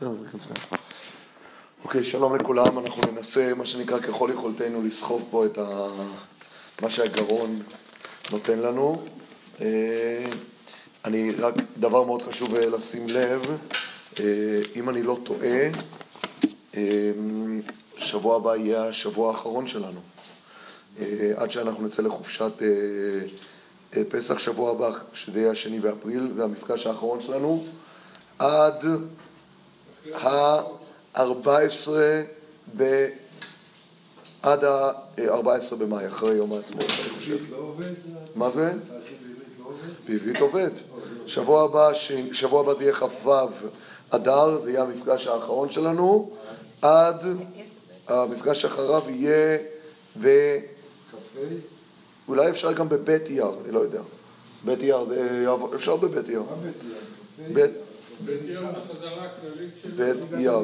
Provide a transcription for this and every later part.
אוקיי, שלום לכולם. אנחנו ננסה מה שנקרא ככל יכולתנו לסחוב פה את מה שהגרון נותן לנו. אני רק דבר מאוד חשוב לשים לב, אם אני לא טועה, שבוע הבא יהיה השבוע האחרון שלנו, עד שאנחנו נצא לחופשת פסח. שבוע הבא, שזה יהיה 2 באפריל, זה המפגש האחרון שלנו עד עד ה-14 במאי, אחרי יום העצמאות, אני חושב. מה זה? בעברית עובד. שבוע הבא תהיה כ"ו אדר, זה יהיה המפגש האחרון שלנו, עד המפגש אחריו יהיה אולי אפשר גם בבית אייר, אני לא יודע. בית אייר, אפשר בבית אייר. בית אייר.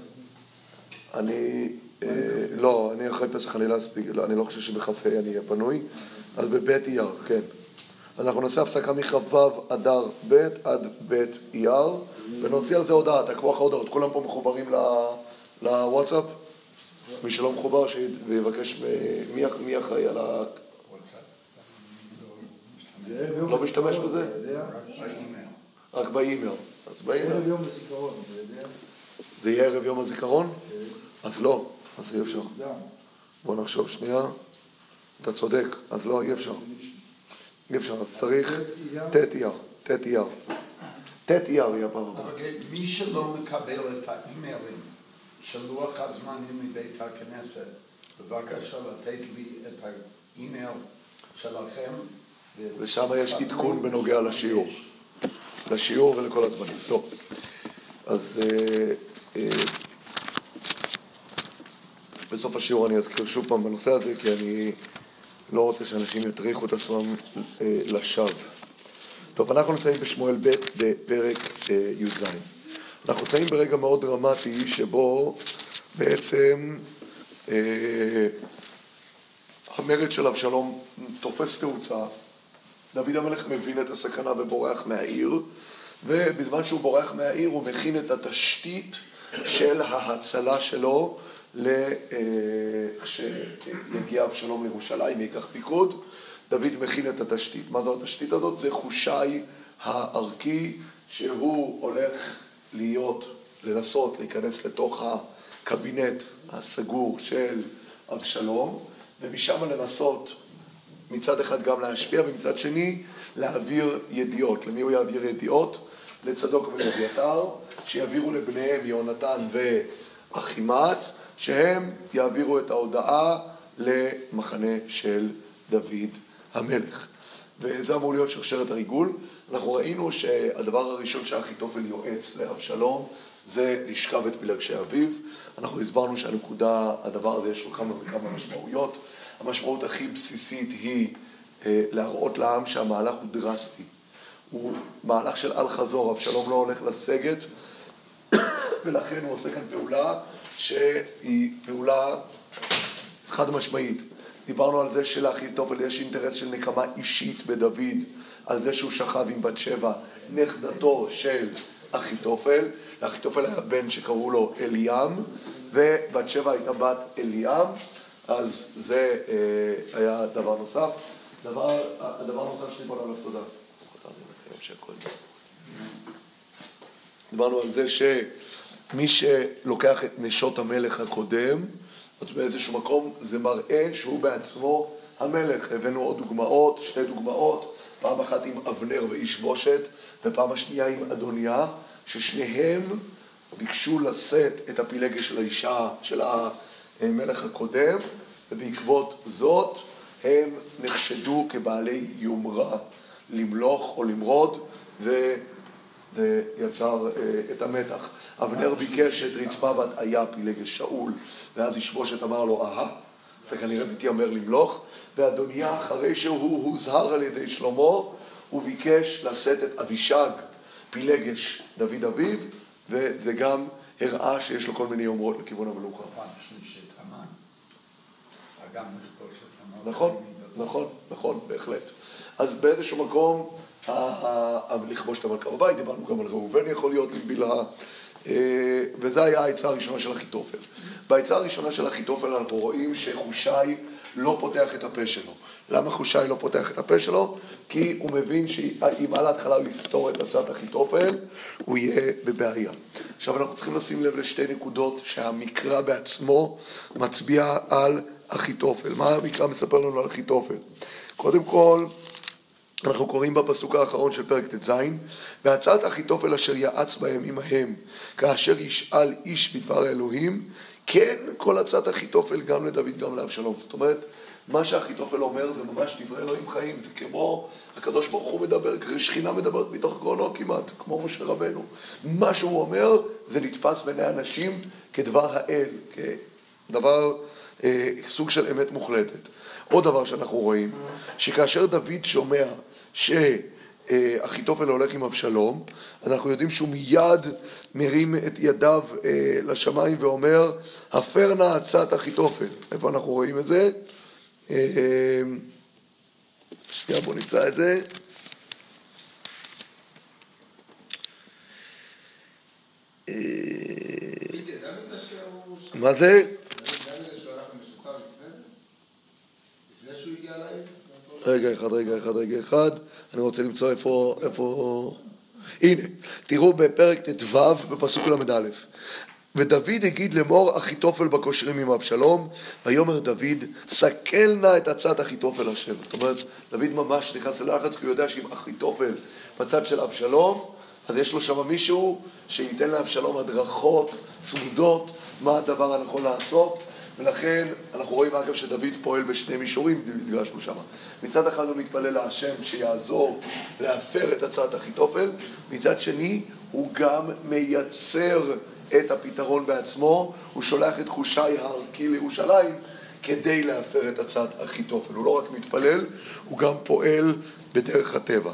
לא, אני אחרי פסח אני לא אספיק, אני לא חושב שבחפה אני אהיה פנוי, אז בבית אייר, כן. אז אנחנו נעשה הפסקה מכ"ו אדר ב' עד בית אייר, ונוציא על זה הודעה, תעקבו אחרי הודעות. כולם פה מחוברים לוואטסאפ? מי שלא מחובר שיבקש, מי אחראי על ה... לא משתמש בזה? רק באימייל. זה ערב יום הזיכרון, אתה יודע? זה יהיה ערב יום הזיכרון? אז לא, אז אי אפשר. בוא נחשוב שנייה. אתה צודק, אז לא, אי אפשר. אי אפשר, אז צריך ת' אייר. ת' אייר יהיה פעם הבאה. מי שלא מקבל את האימיילים של לוח הזמנים מבית הכנסת, בבקשה לתת לי את האימייל שלכם. ושם יש עדכון בנוגע לשיעור ולכל הזמנים. טוב, אז בסוף השיעור אני אזכיר שוב פעם בנושא הזה, כי אני לא רוצה שאנשים יטריחו את עצמם לשווא. טוב, אנחנו נמצאים בשמואל ב' בפרק י"ז. אנחנו נמצאים ברגע מאוד דרמטי שבו בעצם המרד של אבשלום תופס תאוצה. דוד המלך מבין את הסכנה ובורח מהעיר, ובזמן שהוא בורח מהעיר הוא מכין את התשתית של ההצלה שלו כשיגיע אבשלום לירושלים, ייקח פיקוד. דוד מכין את התשתית. מה זו התשתית הזאת? זה חושי הערכי, שהוא הולך לנסות להיכנס לתוך הקבינט הסגור של אבשלום, ומשם לנסות מצד אחד גם להשפיע, ומצד שני להעביר ידיעות. למי הוא יעביר ידיעות? לצדוק ולאביתר, שיעבירו לבניהם יונתן ואחימץ, שהם יעבירו את ההודעה למחנה של דוד המלך. וזה אמור להיות שרשרת הריגול. אנחנו ראינו שהדבר הראשון שאחיתופל יועץ לאבשלום זה לשכב את פלגשי אביו. אנחנו הסברנו הדבר הזה יש לו כמה וכמה משמעויות. המשמעות הכי בסיסית היא להראות לעם שהמהלך הוא דרסטי. הוא מהלך של אל חזור, אבשלום לא הולך לסגת, ולכן הוא עושה כאן פעולה שהיא פעולה חד משמעית. דיברנו על זה שלאחיתופל יש אינטרס של נקמה אישית בדוד, על זה שהוא שכב עם בת שבע, נכדתו של אחיתופל. לאחיתופל היה בן שקראו לו אליעם, ובת שבע הייתה בת אליעם, אז זה היה דבר נוסף. הדבר נוסף שדיברנו עליו, תודה. דיברנו על זה שמי שלוקח את נשות המלך הקודם, אז באיזשהו מקום זה מראה שהוא בעצמו המלך. הבאנו עוד דוגמאות, 2 דוגמאות, פעם אחת עם אבנר ואיש בושת, ופעם השנייה עם אדוניה, ששניהם ביקשו לשאת את הפילגש של האישה של המלך הקודם, ובעקבות זאת הם נחשדו כבעלי יומרה למלוך או למרוד, ויצר את המתח. אבנר ביקש את רצפה בת איה פילגש שאול, ואז איש בושת אמר לו, אתה כנראה מתיימר למלוך. ואדוניה, אחרי שהוא הוזהר על ידי שלמה, הוא ביקש לשאת את אבישג פילגש דוד אביו, וזה גם הראה שיש לו כל מיני יומרות לכיוון המלוכה. נכון, בהחלט. אז באיזשהו מקום לכבוש את המלכה בבית. דיברנו גם על ראובן יכול להיות עם בלהה, וזה היה העצה הראשונה של אחיתופל. בעצה הראשונה של אחיתופל אנחנו רואים שחושי לא פותח את הפה שלו. למה חושי לא פותח את הפה שלו? כי הוא מבין שאם על ההתחלה לסתור את הצעת אחיתופל, הוא יהיה בבעיה. עכשיו אנחנו צריכים לשים לב לשתי נקודות שהמקרא בעצמו מצביע על אחיתופל. מה המקרא מספר לנו על אחיתופל? קודם כל, אנחנו קוראים בפסוק האחרון של פרק ט"ז, והצעת אחיתופל אשר יעץ בימים ההם, כאשר ישאל איש בדבר האלוהים, כן כל הצעת אחיתופל גם לדוד גם לאבשלום. זאת אומרת, מה שאחיתופל אומר זה ממש דברי אלוהים חיים, זה כמו הקדוש ברוך הוא מדבר, שכינה מדברת מתוך גרונו כמעט, כמו משה רבנו. מה שהוא אומר זה נתפס בעיני אנשים כדבר האל, כדבר, סוג של אמת מוחלטת. עוד דבר שאנחנו רואים, שכאשר דוד שומע שאחיתופל הולך עם אבשלום, אנחנו יודעים שהוא מיד מרים את ידיו לשמיים ואומר, הפר נא עצת אחיתופל. איפה אנחנו רואים את זה? שנייה, בוא נמצא את זה. מה זה? רגע אחד, אני רוצה למצוא איפה... הנה, תראו בפרק ט"ו בפסוק ל"א. ודוד הגיד לאמור אחיתופל בקושרים עם אבשלום, ויאמר דוד, סכל נא את עצת אחיתופל אשר. זאת אומרת, דוד ממש נכנס ללחץ, כי הוא יודע שאם אחיתופל בצד של אבשלום, אז יש לו שם מישהו שייתן לאבשלום הדרכות צמודות, מה הדבר הנכון לעשות, ולכן אנחנו רואים אגב שדוד פועל בשני מישורים, הדגשנו שם. מצד אחד הוא מתפלל להשם שיעזור להפר את הצעת אחיתופל, מצד שני הוא גם מייצר את הפתרון בעצמו, הוא שולח את חושי הערכי לירושלים כדי להפר את הצעת אחיתופל. הוא לא רק מתפלל, הוא גם פועל בדרך הטבע.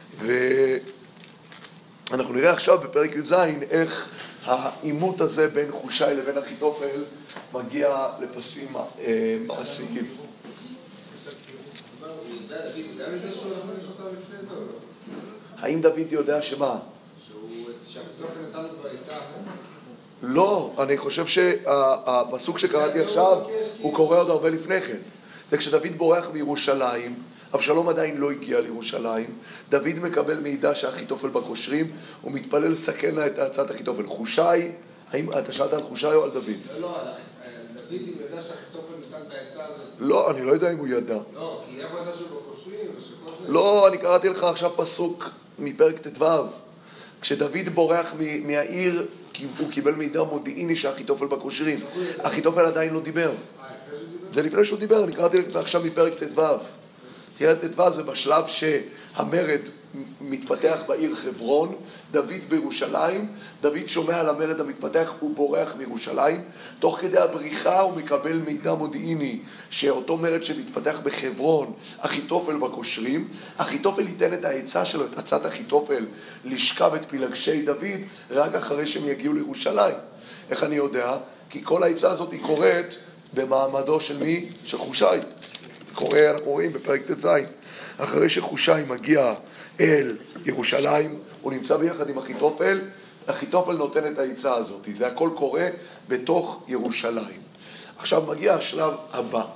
ואנחנו נראה עכשיו בפרק י"ז איך העימות הזה בין חושי לבין אחיתופל מגיע לפסים מעשיים. האם דוד יודע שמה? שאחיתופל נתן לו כבר עצה אחרת? לא, אני חושב שהפסוק שקראתי עכשיו הוא קורא עוד הרבה לפני כן. וכשדוד בורח מירושלים, אבשלום עדיין לא הגיע לירושלים, דוד מקבל מידע שאחיתופל בקושרים, הוא מתפלל לסכל נא את הצעת אחיתופל. חושי, האם אתה שאלת על חושי או על דוד? לא, דוד אם ידע שאחיתופל נתן את העצה הזאת. לא, אני לא יודע אם הוא ידע. לא, כי איך הוא ידע שהוא בקושרים? לא, אני קראתי לך עכשיו פסוק מפרק ט"ו. כשדוד בורח מהעיר, הוא קיבל מידע מודיעיני שאחיתופל בקושרים. אחיתופל עדיין לא דיבר. זה לפני שהוא דיבר, אני קראתי עכשיו מפרק ט"ו. תראה, ט"ו זה בשלב שהמרד מתפתח בעיר חברון, דוד בירושלים, דוד שומע על המרד המתפתח, הוא בורח מירושלים, תוך כדי הבריחה הוא מקבל מידע מודיעיני שאותו מרד שמתפתח בחברון, אחיתופל בקושרים, אחיתופל ייתן את העצה שלו, את עצת אחיתופל, לשכב את פילגשי דוד רק אחרי שהם יגיעו לירושלים. איך אני יודע? כי כל העצה הזאת היא קורית במעמדו של מי? של חושי. קורא, אנחנו רואים בפרק ט"ז, אחרי שחושי מגיע אל ירושלים, הוא נמצא ביחד עם אחיתופל, אחיתופל נותן את העצה הזאת, זה הכל קורה בתוך ירושלים. עכשיו מגיע השלב הבא.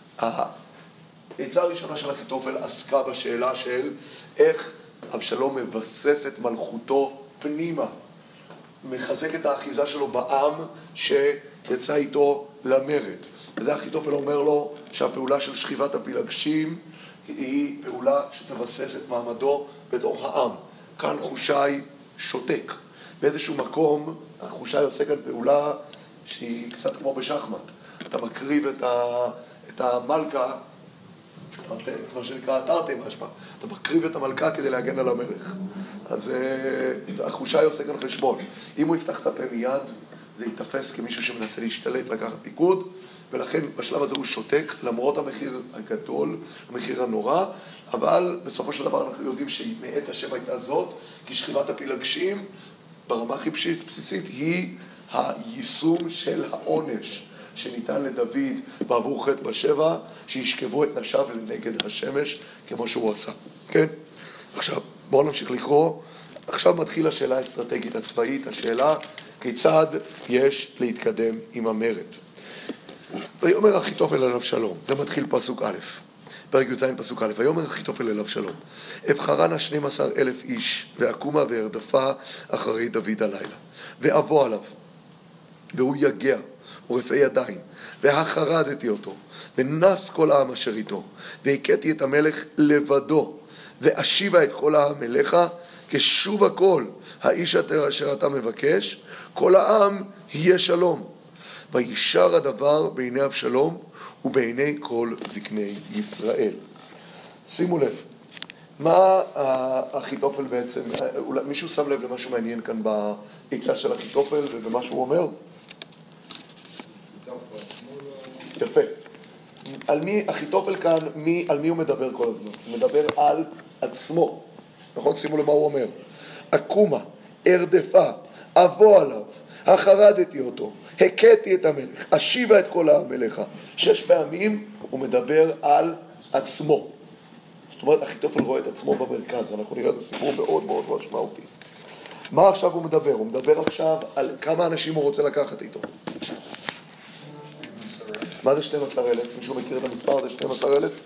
העצה הראשונה של אחיתופל עסקה בשאלה של איך אבשלום מבסס את מלכותו פנימה, מחזק את האחיזה שלו בעם שיצא איתו למרד. וזה אחיתופל אומר לו שהפעולה של שכיבת הפילגשים היא פעולה שתבסס את מעמדו בתוך העם. כאן חושי שותק. באיזשהו מקום חושי עוסק על פעולה שהיא קצת כמו בשחמט. אתה מקריב את המלכה, מה שנקרא תרתי משמע, אתה מקריב את המלכה כדי להגן על המלך. אז חושי עוסק על חשבון. אם הוא יפתח את הפה מיד, זה ייתפס כמישהו שמנסה להשתלט, לקחת פיקוד, ולכן בשלב הזה הוא שותק, למרות המחיר הגדול, המחיר הנורא, אבל בסופו של דבר אנחנו יודעים שמעת השם הייתה זאת, כי שכיבת הפילגשים ברמה הכי בסיסית היא היישום של העונש שניתן לדוד בעבור חטא בשבע, שישכבו את נשיו לנגד השמש, כמו שהוא עשה. כן? עכשיו, בואו נמשיך לקרוא. עכשיו מתחיל השאלה האסטרטגית הצבאית, השאלה כיצד יש להתקדם עם המרד. ויאמר אחיתופל אל אבשלום, זה מתחיל פסוק א', פרק י"ז פסוק א', ויאמר אחיתופל אל אבשלום, אבחרנה 12,000 איש, ואקומה וארדפה אחרי דוד הלילה, ואבוא עליו, והוא יגע, ורפאי ידיים, והחרדתי אותו, ונס כל העם אשר איתו, והכיתי את המלך לבדו, ואשיבה את כל העם אליך, כשוב הכל, האיש אשר אתה מבקש, כל העם יהיה שלום. וישר הדבר בעיני אבשלום ובעיני כל זקני ישראל. שימו לב, מה אחיתופל בעצם, מישהו שם לב למשהו מעניין כאן בעצה של אחיתופל ובמה שהוא אומר? יפה. על מי אחיתופל כאן, על מי הוא מדבר כל הזמן? הוא מדבר על עצמו. נכון? שימו לב מה הוא אומר. אקומה, ארדפה, אבוא עליו, החרדתי אותו, הכיתי את המלך, אשיבה את כל העם אליך. 6 פעמים הוא מדבר על עצמו. זאת אומרת, אחיתופל רואה את עצמו במרכז. אנחנו נראה את הסיפור מאוד מאוד משמעותי. מה עכשיו הוא מדבר? הוא מדבר עכשיו על כמה אנשים הוא רוצה לקחת איתו. מה זה 12,000? מישהו מכיר את המספר הזה 12,000?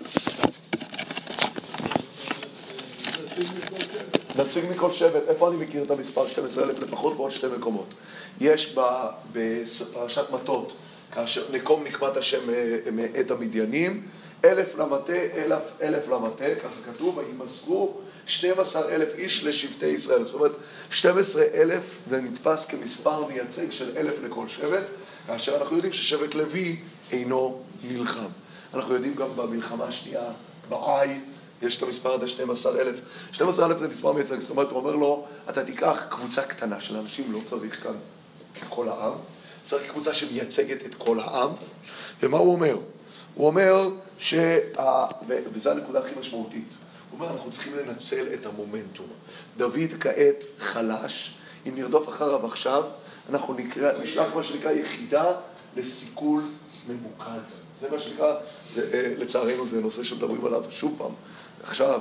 נציג מכל שבט. איפה אני מכיר את המספר 12,000? לפחות בעוד 2 מקומות. יש בפרשת מטות, כאשר נקום נקמת השם מאת המדיינים, 1,000 למטה, 1,000 למטה, ככה כתוב, וימסרו 12,000 איש לשבטי ישראל. זאת אומרת, 12,000 זה נתפס כמספר מייצג של 1,000 לכל שבט, כאשר אנחנו יודעים ששבט לוי אינו נלחם. אנחנו יודעים גם במלחמה השנייה, בעי, יש את המספר הזה 12,000. 12,000 זה מספר מייצג, זאת אומרת, הוא אומר לו, אתה תיקח קבוצה קטנה של אנשים, לא צריך כאן את כל העם, צריך קבוצה שמייצגת את כל העם. ומה הוא אומר? הוא אומר וזו הנקודה הכי משמעותית, הוא אומר, אנחנו צריכים לנצל את המומנטום. דוד כעת חלש, אם נרדוף אחריו עכשיו, אנחנו נשלח מה שנקרא יחידה לסיכול ממוקד. זה מה שנקרא, לצערנו זה נושא שמדברים עליו שוב פעם. עכשיו,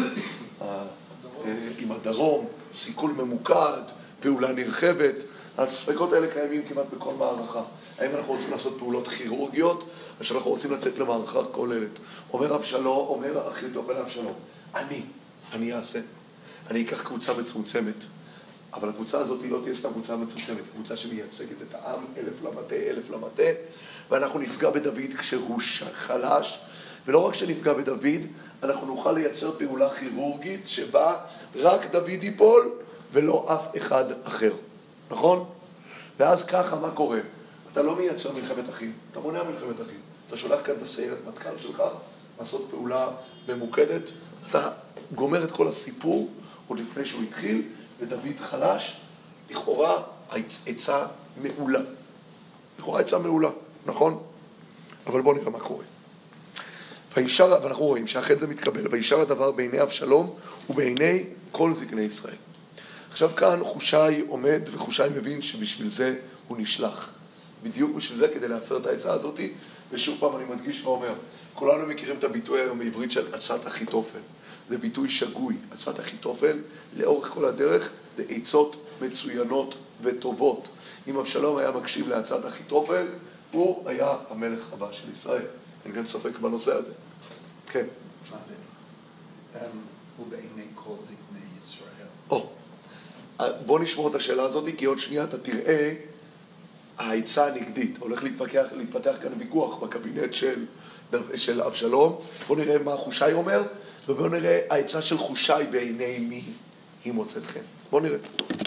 עם הדרום, סיכול ממוקד, פעולה נרחבת, הספקות האלה קיימים כמעט בכל מערכה. האם אנחנו רוצים לעשות פעולות כירורגיות, או שאנחנו רוצים לצאת למערכה כוללת? אומר אבשלום, אומר אחיתופל לאבשלום, אני אעשה. אני אקח קבוצה מצומצמת, אבל הקבוצה הזאת לא תהיה סתם קבוצה מצומצמת, קבוצה שמייצגת את העם, 1,000 למטה, 1,000 למטה, ואנחנו נפגע בדוד כשהוא חלש, ולא רק שנפגע בדוד, אנחנו נוכל לייצר פעולה כירורגית שבה רק דוד ייפול ולא אף אחד אחר. נכון? ואז ככה מה קורה? אתה לא מייצר מלחמת אחים, אתה מונע מלחמת אחים. אתה שולח כאן את הסיירת מטכ"ל שלך, לעשות פעולה ממוקדת, אתה גומר את כל הסיפור עוד לפני שהוא התחיל, ודוד חלש, לכאורה עצה מעולה. לכאורה עצה מעולה, נכון? אבל בואו נראה מה קורה. ואנחנו רואים שאחרי זה מתקבל, וישר הדבר בעיני אבשלום ובעיני כל זקני ישראל. עכשיו כאן חושי עומד, וחושי מבין שבשביל זה הוא נשלח. בדיוק בשביל זה, כדי להפר את העצה הזאת, ושוב פעם אני מדגיש ואומר, כולנו מכירים את הביטוי היום בעברית של עצת אחיתופל. זה ביטוי שגוי. עצת אחיתופל, לאורך כל הדרך, זה עצות מצוינות וטובות. אם אבשלום היה מקשיב לעצת אחיתופל, הוא היה המלך הבא של ישראל. אין כאן ספק בנושא הזה. כן. מה זה? ובעיני כל זקני ישראל. בוא נשמור את השאלה הזאת, כי עוד שנייה אתה תראה העצה הנגדית. הולך להתפתח כאן ויכוח בקבינט של אבשלום. בוא נראה מה חושי אומר, ובוא נראה העצה של חושי בעיני מי היא מוצאת חן. בוא נראה.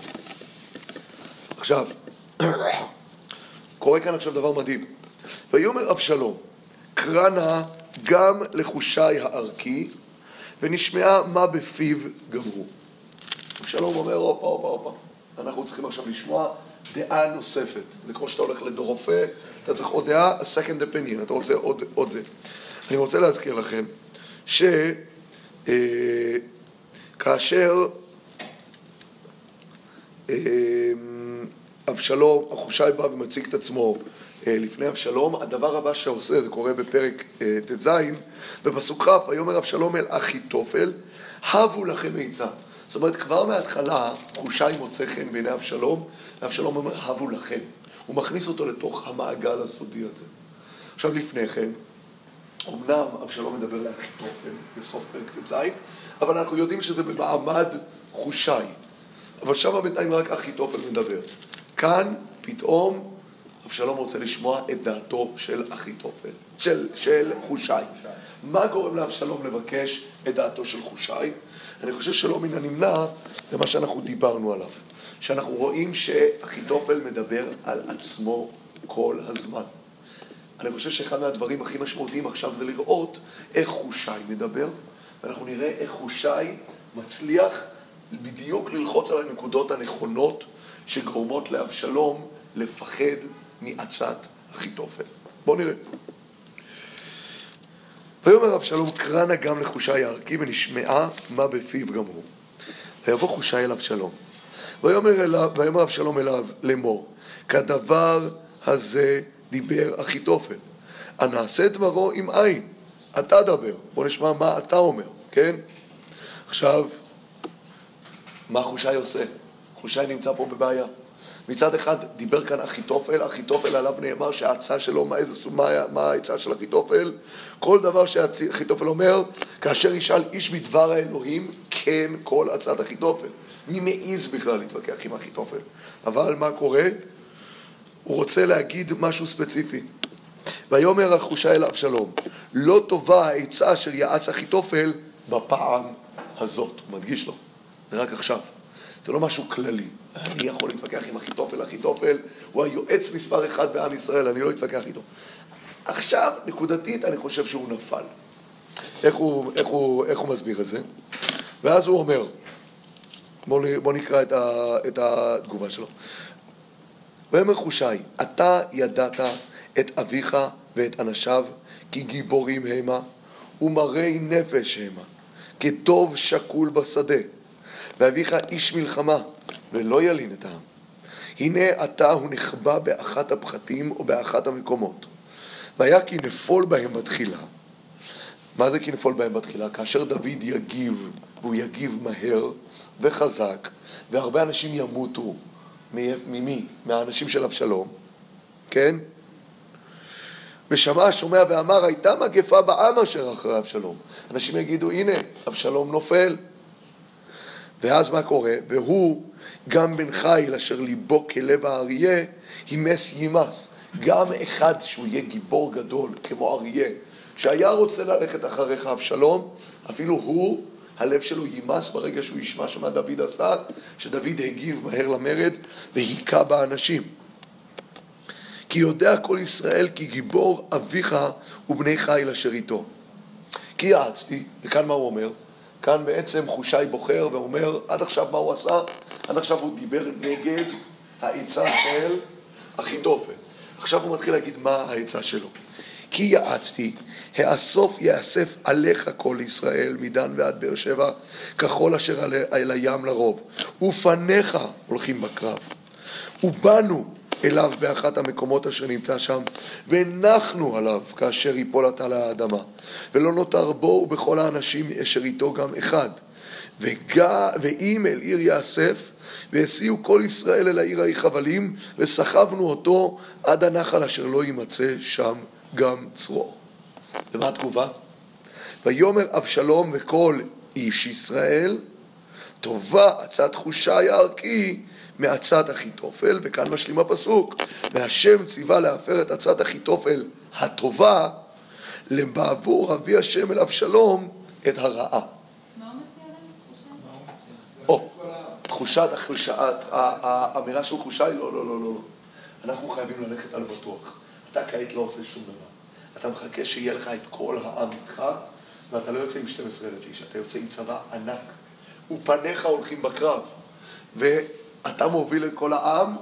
עכשיו, קורה כאן עכשיו דבר מדהים. ויאמר אבשלום, קרא נא גם לחושי הערכי, ונשמעה מה בפיו גמרו. אבשלום אומר, הופה, אנחנו צריכים עכשיו לשמוע דעה נוספת. זה כמו שאתה הולך לדורופא, אתה צריך עוד דעה, a second opinion, אתה רוצה עוד זה. אני רוצה להזכיר לכם, שכאשר אבשלום, חושי בא ומציג את עצמו לפני אבשלום, הדבר הבא שעושה, זה קורה בפרק ט"ז, בפסוק כ', ויאמר אבשלום אל אחיתופל, הבו לכם עצה. זאת אומרת, כבר מההתחלה חושי מוצא חן בעיני אבשלום, ואבשלום אומר, הבו לכם. הוא מכניס אותו לתוך המעגל הסודי הזה. עכשיו לפני כן, אמנם אבשלום מדבר לאחיתופל בסוף פרק ט"ז, אבל אנחנו יודעים שזה במעמד חושי. אבל שם בינתיים רק אחיתופל מדבר. כאן פתאום אבשלום רוצה לשמוע את דעתו של אחיתופל, של חושי. מה גורם לאבשלום לבקש את דעתו של חושי? אני חושב שלא מן הנמנע, זה מה שאנחנו דיברנו עליו. שאנחנו רואים שאחיתופל מדבר על עצמו כל הזמן. אני חושב שאחד מהדברים הכי משמעותיים עכשיו זה לראות איך חושי מדבר, ואנחנו נראה איך חושי מצליח בדיוק ללחוץ על הנקודות הנכונות שגורמות לאבשלום לפחד מעצת אחיתופל. בואו נראה. ויאמר אבשלום קרא גם לחושי הערכי ונשמעה מה בפיו גם הוא. ויבוא חושי אל אבשלום. ויאמר אבשלום אליו לאמור, כדבר הזה דיבר אחיתופל. הנעשה דברו עם עין. אתה דבר. בוא נשמע מה אתה אומר, כן? עכשיו, מה חושי עושה? חושי נמצא פה בבעיה. מצד אחד דיבר כאן אחיתופל, אחיתופל עליו נאמר שההצעה שלו, מה ההצעה של אחיתופל? כל דבר שאחיתופל אומר, כאשר ישאל איש בדבר האלוהים, כן כל הצעת אחיתופל. מי מעיז בכלל להתווכח עם אחיתופל? אבל מה קורה? הוא רוצה להגיד משהו ספציפי. ויאמר חושי אל אבשלום, לא טובה העצה אשר יעץ אחיתופל בפעם הזאת. הוא מדגיש לו, זה רק עכשיו. זה לא משהו כללי. אני יכול להתווכח עם אחיתופל, אחיתופל הוא היועץ מספר אחד בעם ישראל, אני לא אתווכח איתו. עכשיו, נקודתית, אני חושב שהוא נפל. איך הוא מסביר את זה? ואז הוא אומר, בוא נקרא את התגובה שלו. ויאמר חושי, אתה ידעת את אביך ואת אנשיו, כי גיבורים המה, ומראי נפש המה, כטוב שקול בשדה. ואביך איש מלחמה, ולא ילין את העם. הנה אתה הוא נחבא באחת הפחתים או באחת המקומות. והיה כי נפול בהם בתחילה. מה זה כי נפול בהם בתחילה? כאשר דוד יגיב, והוא יגיב מהר וחזק, והרבה אנשים ימותו. ממי? מהאנשים של אבשלום. כן? ושמע שומע ואמר, הייתה מגפה בעם אשר אחרי אבשלום. אנשים יגידו, הנה, אבשלום נופל. ואז מה קורה? והוא גם בן חיל אשר ליבו כלב האריה, הימס יימס. גם אחד שהוא יהיה גיבור גדול כמו אריה, שהיה רוצה ללכת אחריך אבשלום, אפילו הוא, הלב שלו יימס ברגע שהוא ישמע שמה דוד עשה, שדוד הגיב מהר למרד והיכה באנשים. כי יודע כל ישראל כי גיבור אביך ובני חיל אשר איתו. כי יעצתי, וכאן מה הוא אומר? כאן בעצם חושי בוחר ואומר, עד עכשיו מה הוא עשה? עד עכשיו הוא דיבר נגד העצה של אחיתופל. עכשיו הוא מתחיל להגיד מה העצה שלו. כי יעצתי, האסוף יאסף עליך כל ישראל, מדן ועד באר שבע, ככל אשר אל הים לרוב. ופניך הולכים בקרב. ובאנו אליו באחת המקומות אשר נמצא שם, ונחנו עליו כאשר ייפול עתה לאדמה. ולא נותר בו ובכל האנשים אשר איתו גם אחד. ואם אל עיר יאסף, והסיעו כל ישראל אל העיר ההיא חבלים, וסחבנו אותו עד הנחל אשר לא יימצא שם גם צרור. ומה התגובה? ויאמר אבשלום וכל איש ישראל, טובה עצת חושי הערכי מעצת אחיתופל, וכאן משלים הפסוק, והשם ציווה להפר את עצת אחיתופל הטובה, לבעבור הביא השם אל אבשלום את הרעה. מה הוא מציע להם? תחושת, האמירה של חושי, לא. אנחנו חייבים ללכת על בטוח. אתה כעת לא עושה שום דבר. אתה מחכה שיהיה לך את כל העם איתך, ואתה לא יוצא עם 12,000 איש, אתה יוצא עם צבא ענק. ופניך הולכים בקרב. ואתה מוביל את כל העם?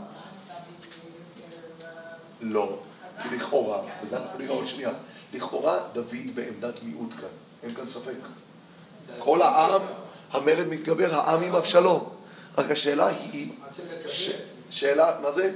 לא. כי לכאורה, וזה אנחנו נראה עוד שנייה, לכאורה דוד בעמדת מיעוט כאן. אין כאן ספק. כל העם, המרד מתגבר, העם עם אבשלום. רק השאלה היא... עד שמקבל. שאלה, מה זה?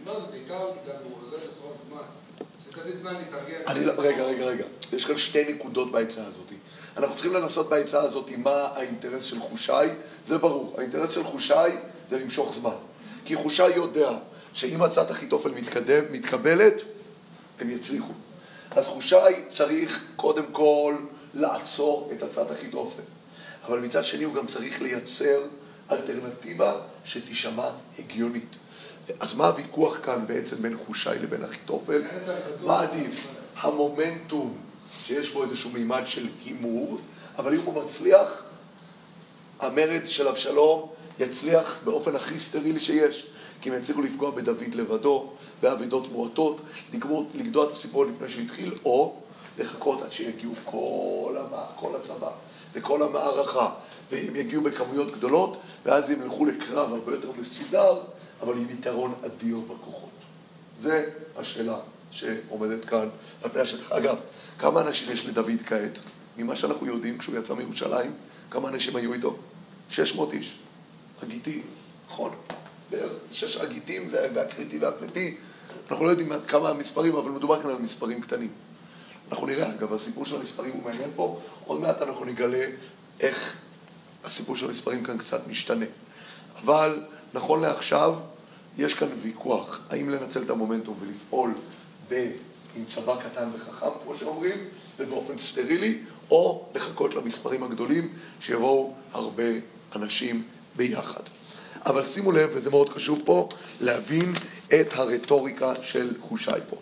לא, זה בעיקר גם הוא עוזר לשרוף זמן. שתמיד זמן להתארגן. רגע. יש כאן שתי נקודות בעצה הזאת. אנחנו צריכים לנסות בעצה הזאת מה האינטרס של חושי. זה ברור. האינטרס של חושי זה למשוך זמן. כי חושי יודע שאם הצעת אחיתופל מתקבלת, הם יצליחו. אז חושי צריך קודם כל לעצור את הצעת אחיתופל. אבל מצד שני הוא גם צריך לייצר אלטרנטיבה שתשמע הגיונית. אז מה הוויכוח כאן בעצם בין חושי לבין אחיתופל? מה עדיף? המומנטום שיש בו איזשהו מימד של הימור, אבל אם הוא מצליח, המרד של אבשלום יצליח באופן הכי סטרילי שיש. כי הם יצליחו לפגוע בדוד לבדו, בעבידות מועטות, לגדוע את הסיפור לפני שהתחיל, או לחכות עד שיגיעו כל הצבא וכל המערכה, והם יגיעו בכמויות גדולות, ואז הם ילכו לקרב הרבה יותר מסודר, אבל עם יתרון אדיר בכוחות. זה השאלה שעומדת כאן על פני השטח. אגב, כמה אנשים יש לדוד כעת? ממה שאנחנו יודעים, כשהוא יצא מירושלים, כמה אנשים היו איתו? 600 איש. הגיטי, נכון. 6 הגיטים והקריטי והפליטי. אנחנו לא יודעים כמה המספרים, אבל מדובר כאן על מספרים קטנים. אנחנו נראה, אגב, הסיפור של המספרים הוא מעניין פה. עוד מעט אנחנו נגלה איך הסיפור של המספרים כאן קצת משתנה. אבל נכון לעכשיו, יש כאן ויכוח. האם לנצל את המומנטום ולפעול עם צבא קטן וחכם, כמו שאומרים, ובאופן סטרילי, או לחכות למספרים הגדולים שיבואו הרבה אנשים ביחד. אבל שימו לב, וזה מאוד חשוב פה, להבין את הרטוריקה של חושי פה.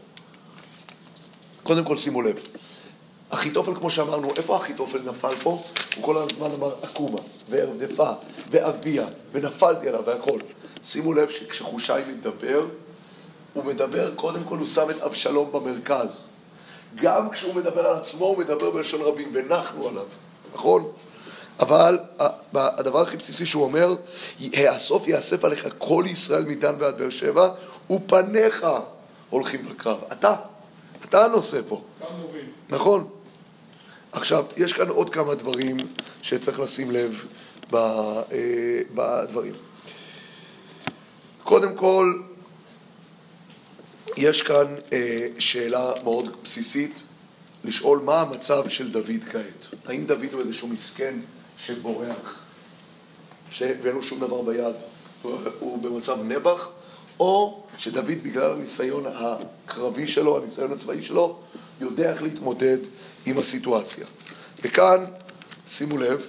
קודם כל שימו לב, אחיתופל כמו שאמרנו, איפה אחיתופל נפל פה? הוא כל הזמן אמר עקומה, והרדפה, ואביה, ונפלתי עליו והכל. שימו לב שכשחושי מדבר, הוא מדבר, קודם כל הוא שם את אבשלום במרכז. גם כשהוא מדבר על עצמו, הוא מדבר בלשון רבים, ונחנו עליו, נכון? אבל הדבר הכי בסיסי שהוא אומר, הסוף יאסף עליך כל ישראל מדן ועד באר שבע, ופניך הולכים לקרב. אתה הנושא פה. נכון? עכשיו, יש כאן עוד כמה דברים שצריך לשים לב בדברים. קודם כל, יש כאן שאלה מאוד בסיסית, לשאול מה המצב של דוד כעת. האם דוד הוא איזשהו מסכן שבורח, ואין לו שום דבר ביד, הוא במצב נבח, או שדוד בגלל הניסיון הקרבי שלו, הניסיון הצבאי שלו, יודע איך להתמודד עם הסיטואציה. וכאן, שימו לב,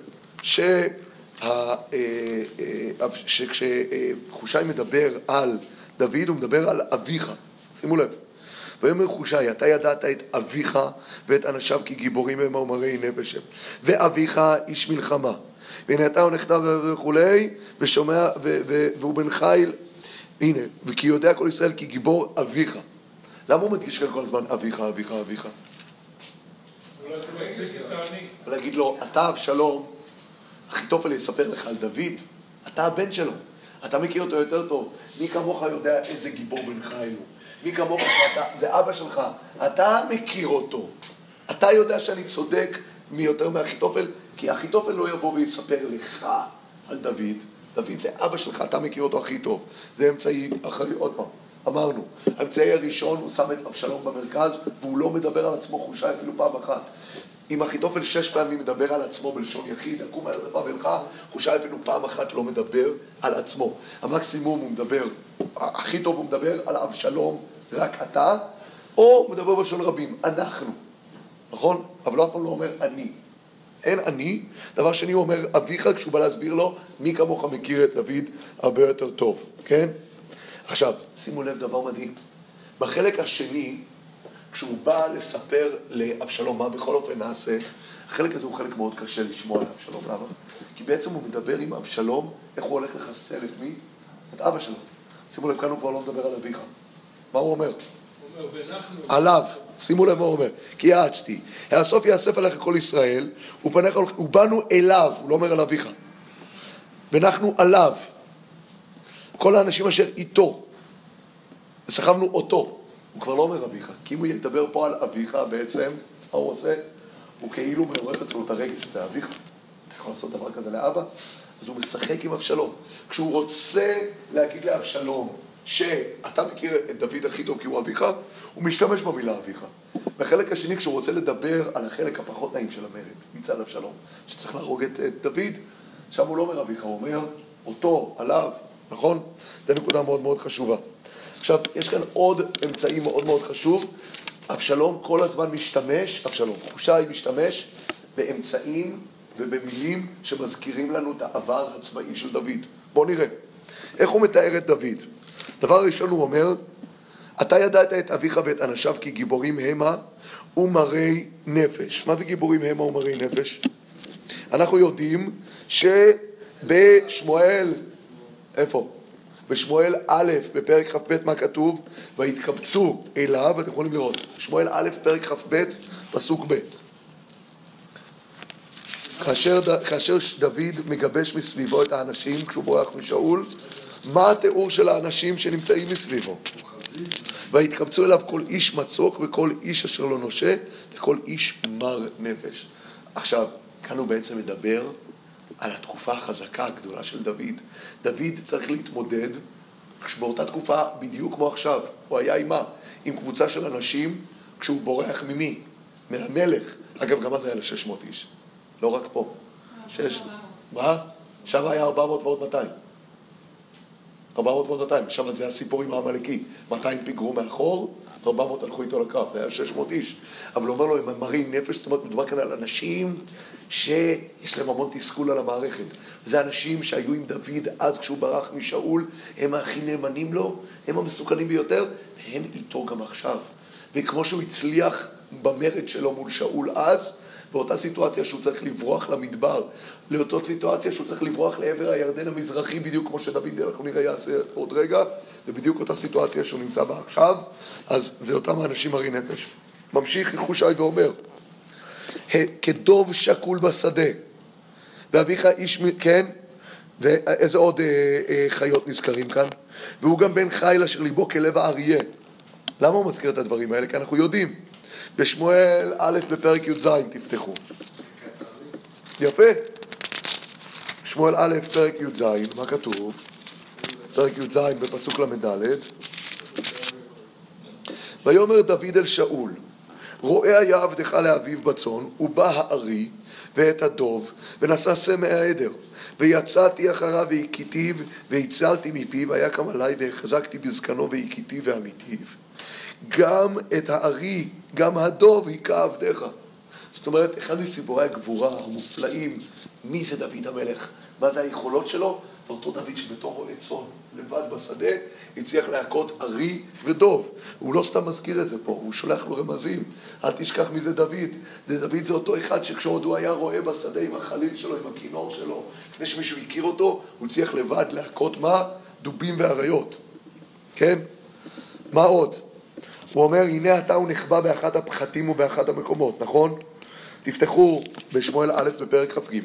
שכשחושי מדבר על דוד, הוא מדבר על אביך. שימו לב. ויאמר חושי, אתה ידעת את אביך ואת אנשיו כגיבורים הם אומרי נפש הם. ואביך איש מלחמה. והנה אתה נכתב וכולי, ושומע, והוא בן חיל, הנה, וכי יודע כל ישראל כי גיבור אביך. למה הוא מדגיש כאן כל הזמן אביך, אביך, אביך? ולהגיד לו, אתה אבשלום, אחיתופל יספר לך על דוד, אתה הבן שלו, אתה מכיר אותו יותר טוב. מי כמוך יודע איזה גיבור בן חיל הוא? מי כמוך, זה אבא שלך, אתה מכיר אותו. אתה יודע שאני צודק מיותר מאחיתופל, כי אחיתופל לא יבוא ויספר לך על דוד. דוד זה אבא שלך, אתה מכיר אותו הכי טוב. זה אמצעי אחרי, עוד פעם, אמרנו, האמצעי הראשון הוא שם את אבשלום במרכז, והוא לא מדבר על עצמו חושי אפילו פעם אחת. אם אחיתופל 6 פעמים מדבר על עצמו בלשון יחיד, עקום הרדפה ולך, חושי אפילו פעם אחת לא מדבר על עצמו. המקסימום הוא מדבר, הכי טוב הוא מדבר על אבשלום, רק אתה, או מדבר בלשון רבים, אנחנו, נכון? אבל לא אף פעם לא אומר אני. אין אני. דבר שני הוא אומר אביך, כשהוא בא להסביר לו, מי כמוך מכיר את דוד הרבה יותר טוב, כן? עכשיו, שימו לב דבר מדהים. בחלק השני, כשהוא בא לספר לאבשלום מה בכל אופן נעשה, החלק הזה הוא חלק מאוד קשה לשמוע על אבשלום. למה? כי בעצם הוא מדבר עם אבשלום, איך הוא הולך לחסל את מי? את אבא שלו. שימו לב, כאן הוא כבר לא מדבר על אביך. מה הוא אומר? הוא אומר, ואנחנו... עליו. שימו לב מה הוא אומר. כי יעצתי, הסוף יאסף עליך כל ישראל, ובאנו אליו, הוא לא אומר על אביך. ואנחנו עליו. כל האנשים אשר איתו. וסחבנו אותו. הוא כבר לא אומר אביך. כי אם הוא ידבר פה על אביך בעצם, מה הוא עושה? הוא כאילו מעורך אצלו את הרגש. זה אביך. אתה יכול לעשות דבר כזה לאבא? אז הוא משחק עם אבשלום. כשהוא רוצה להגיד לאבשלום, שאתה מכיר את דוד הכי טוב כי הוא אביך, הוא משתמש במילה אביך. בחלק השני, כשהוא רוצה לדבר על החלק הפחות נעים של המרד, מצד אבשלום, שצריך להרוג את דוד, שם הוא לא אומר אביך, הוא אומר אותו, עליו, נכון? זו נקודה מאוד מאוד חשובה. עכשיו, יש כאן עוד אמצעי מאוד מאוד חשוב. אבשלום כל הזמן משתמש, חושי משתמש באמצעים ובמילים שמזכירים לנו את העבר הצבאי של דוד. בואו נראה. איך הוא מתאר את דוד? דבר ראשון הוא אומר, אתה ידעת את אביך ואת אנשיו כי גיבורים המה ומרי נפש. מה זה גיבורים המה ומרי נפש? אנחנו יודעים שבשמואל, איפה? בשמואל א', בפרק כ"ב, מה כתוב? והתקבצו אליו, אתם יכולים לראות, שמואל א', פרק כ"ב, פסוק ב'. כאשר דוד מגבש מסביבו את האנשים כשהוא בורח משאול, מה התיאור של האנשים שנמצאים מסביבו? והתקבצו אליו כל איש מצוק וכל איש אשר לא נושה וכל איש מר נפש. עכשיו, כאן הוא בעצם מדבר על התקופה החזקה הגדולה של דוד. דוד צריך להתמודד באותה תקופה בדיוק כמו עכשיו. הוא היה עם קבוצה של אנשים כשהוא בורח ממי? מהמלך. אגב, גם אז היה ל-600 איש. לא רק פה. 6. מה? שם היה 400 ועוד 200. 400 ועוד 200. שם זה הסיפור עם העמלקי. 200 פיגרו מאחור, 400 הלכו איתו לקרב. זה היה 600 איש. אבל הוא אומר לו, הם מרי נפש, זאת אומרת, מדובר כאן על אנשים שיש להם המון תסכול על המערכת. זה אנשים שהיו עם דוד אז כשהוא ברח משאול, הם הכי נאמנים לו, הם המסוכנים ביותר, והם איתו גם עכשיו. וכמו שהוא הצליח במרד שלו מול שאול אז, באותה סיטואציה שהוא צריך לברוח למדבר, לאותה סיטואציה שהוא צריך לברוח לעבר הירדן המזרחי, בדיוק כמו שדוד, אנחנו נראה יעשה עוד רגע, זה בדיוק אותה סיטואציה שהוא נמצא בה עכשיו, אז זה אותם האנשים מרי נפש. ממשיך חושי ואומר, כדוב שקול בשדה, ואביך איש, כן? ואיזה עוד חיות נזכרים כאן? והוא גם בן חיל אשר ליבו כלב האריה. למה הוא מזכיר את הדברים האלה? כי אנחנו יודעים. בשמואל א' בפרק י"ז תפתחו. יפה. שמואל א' פרק י"ז, מה כתוב? פרק י"ז בפסוק למד'. ויאמר דוד אל שאול, רואה היה עבדך לאביו בצאן, ובא הארי ואת הדוב, ונשא סמא העדר, ויצאתי אחריו והכיתיו, והצלתי מפיו, היה קם עלי והחזקתי בזקנו והכיתיו ואמיתיו. גם את הארי, גם הדוב, היכה עבדך. זאת אומרת, אחד מסיפורי הגבורה המופלאים, מי זה דוד המלך? מה זה היכולות שלו? אותו דוד שבתור רועה צאן, לבד בשדה, הצליח להכות ארי ודוב. הוא לא סתם מזכיר את זה פה, הוא שולח לו רמזים. אל תשכח מי זה דוד. דוד זה אותו אחד שכשעוד הוא היה רועה בשדה עם החליל שלו, עם הכינור שלו, לפני שמישהו הכיר אותו, הוא הצליח לבד להכות מה? דובים ואריות. כן? מה עוד? הוא אומר, הנה אתה הוא נחבא באחת הפחתים ובאחת המקומות, נכון? תפתחו בשמואל א' בפרק כ"ג,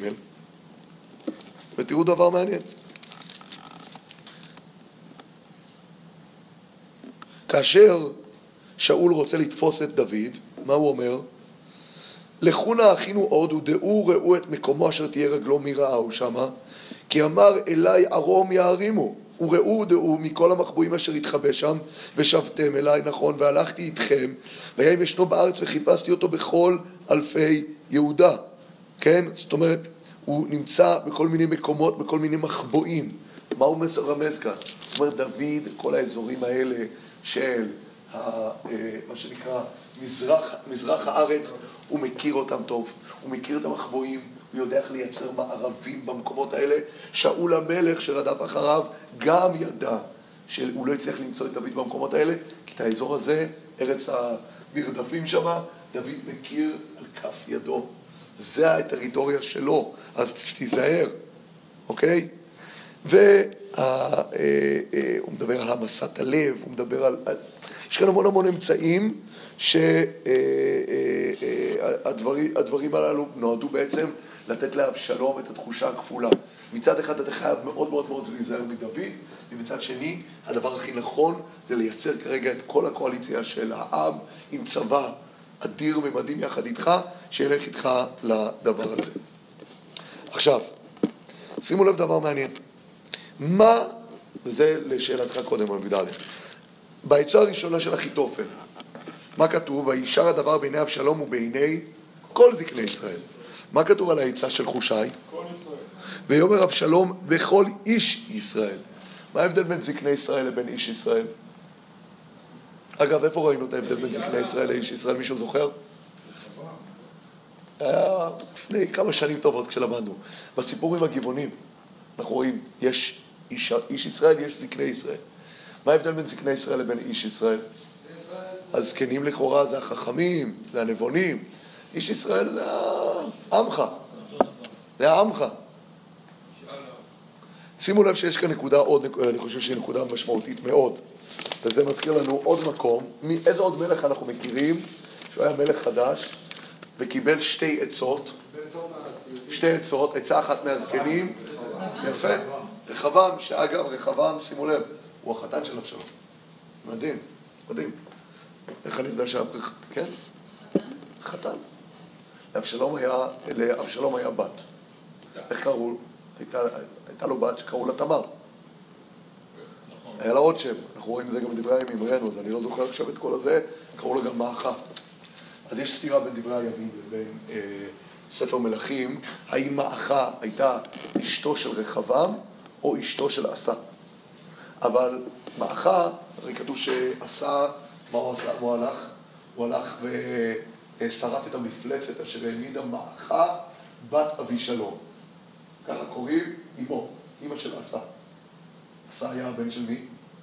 ותראו דבר מעניין. כאשר שאול רוצה לתפוס את דוד, מה הוא אומר? לכו נא אחינו עוד ודעו ראו את מקומו אשר תהיה רגלו מי ראהו שמה, כי אמר אליי ערום יערימו, וראו דעו מכל המחבואים אשר התחבא שם, ושבתם אליי, נכון, והלכתי איתכם, והיה אם ישנו בארץ וחיפשתי אותו בכל אלפי יהודה. כן? זאת אומרת, הוא נמצא בכל מיני מקומות, בכל מיני מחבואים. מה הוא רמז כאן? זאת אומרת, דוד, כל האזורים האלה של מה שנקרא מזרח הארץ, הוא מכיר אותם טוב, הוא מכיר את המחבואים, הוא יודע איך לייצר מערבים במקומות האלה. שאול המלך שרדף אחריו גם ידע שהוא לא יצליח למצוא את דוד במקומות האלה, כי את האזור הזה, ארץ המרדפים שם, דוד מכיר על כף ידו. זה הטריטוריה שלו, אז תיזהר, אוקיי? והוא מדבר על המסת הלב, הוא מדבר על... יש כאן המון המון אמצעים שהדברים הללו נועדו בעצם לתת לאבשלום את התחושה הכפולה. מצד אחד אתה חייב מאוד מאוד מאוד להיזהר מדוד, ומצד שני הדבר הכי נכון זה לייצר כרגע את כל הקואליציה של העם עם צבא אדיר ומדהים יחד איתך, שילך איתך לדבר הזה. עכשיו, שימו לב דבר מעניין. מה וזה לשאלתך קודם, רבי דליה. בעצה הראשונה של אחיתופל, מה כתוב? וישר הדבר בעיני אבשלום ובעיני כל זקני ישראל. מה כתוב על העצה של חושי? כל ישראל. ויאמר אבשלום וכל איש ישראל. מה ההבדל בין זקני ישראל לבין איש ישראל? אגב, איפה ראינו את ההבדל בין זקני ישראל לאיש ישראל? מישהו זוכר? היה לפני כמה שנים טובות כשלמדנו. בסיפור עם הגבעונים, אנחנו רואים, יש איש ישראל, יש זקני ישראל. מה ההבדל בין זקני ישראל לבין איש ישראל? הזקנים לכאורה זה החכמים, זה הנבונים. איש ישראל זה העמך. זה העמך. שימו לב שיש כאן נקודה אני חושב שהיא נקודה משמעותית מאוד. וזה מזכיר לנו עוד מקום. איזה עוד מלך אנחנו מכירים? שהוא היה מלך חדש וקיבל שתי עצות. שתי עצות, עצה אחת מהזקנים. יפה. רחבעם, שאגב רחבעם, שימו לב, הוא החתן של אבשלום. מדהים, מדהים. איך אני יודע כן? חתן. לאבשלום היה בת. איך קראו? הייתה לו בת שקראו לה תמר. היה לה עוד שם. אנחנו רואים את זה גם בדברי הימים אמרנו, אז אני לא זוכר עכשיו את כל הזה, קראו לה גם מאחה. אז יש סתירה בין דברי הימים לבין ספר מלכים. האם מאחה הייתה אשתו של רחבעם או אשתו של עשה? אבל מאחה, הרי כתוב שעשה, מה הוא עשה? הוא הלך ושרף את המפלצת אשר העמידה מאחה בת אבישלום. ככה קוראים אמו, אמא של עשה. עשה היה הבן של מי?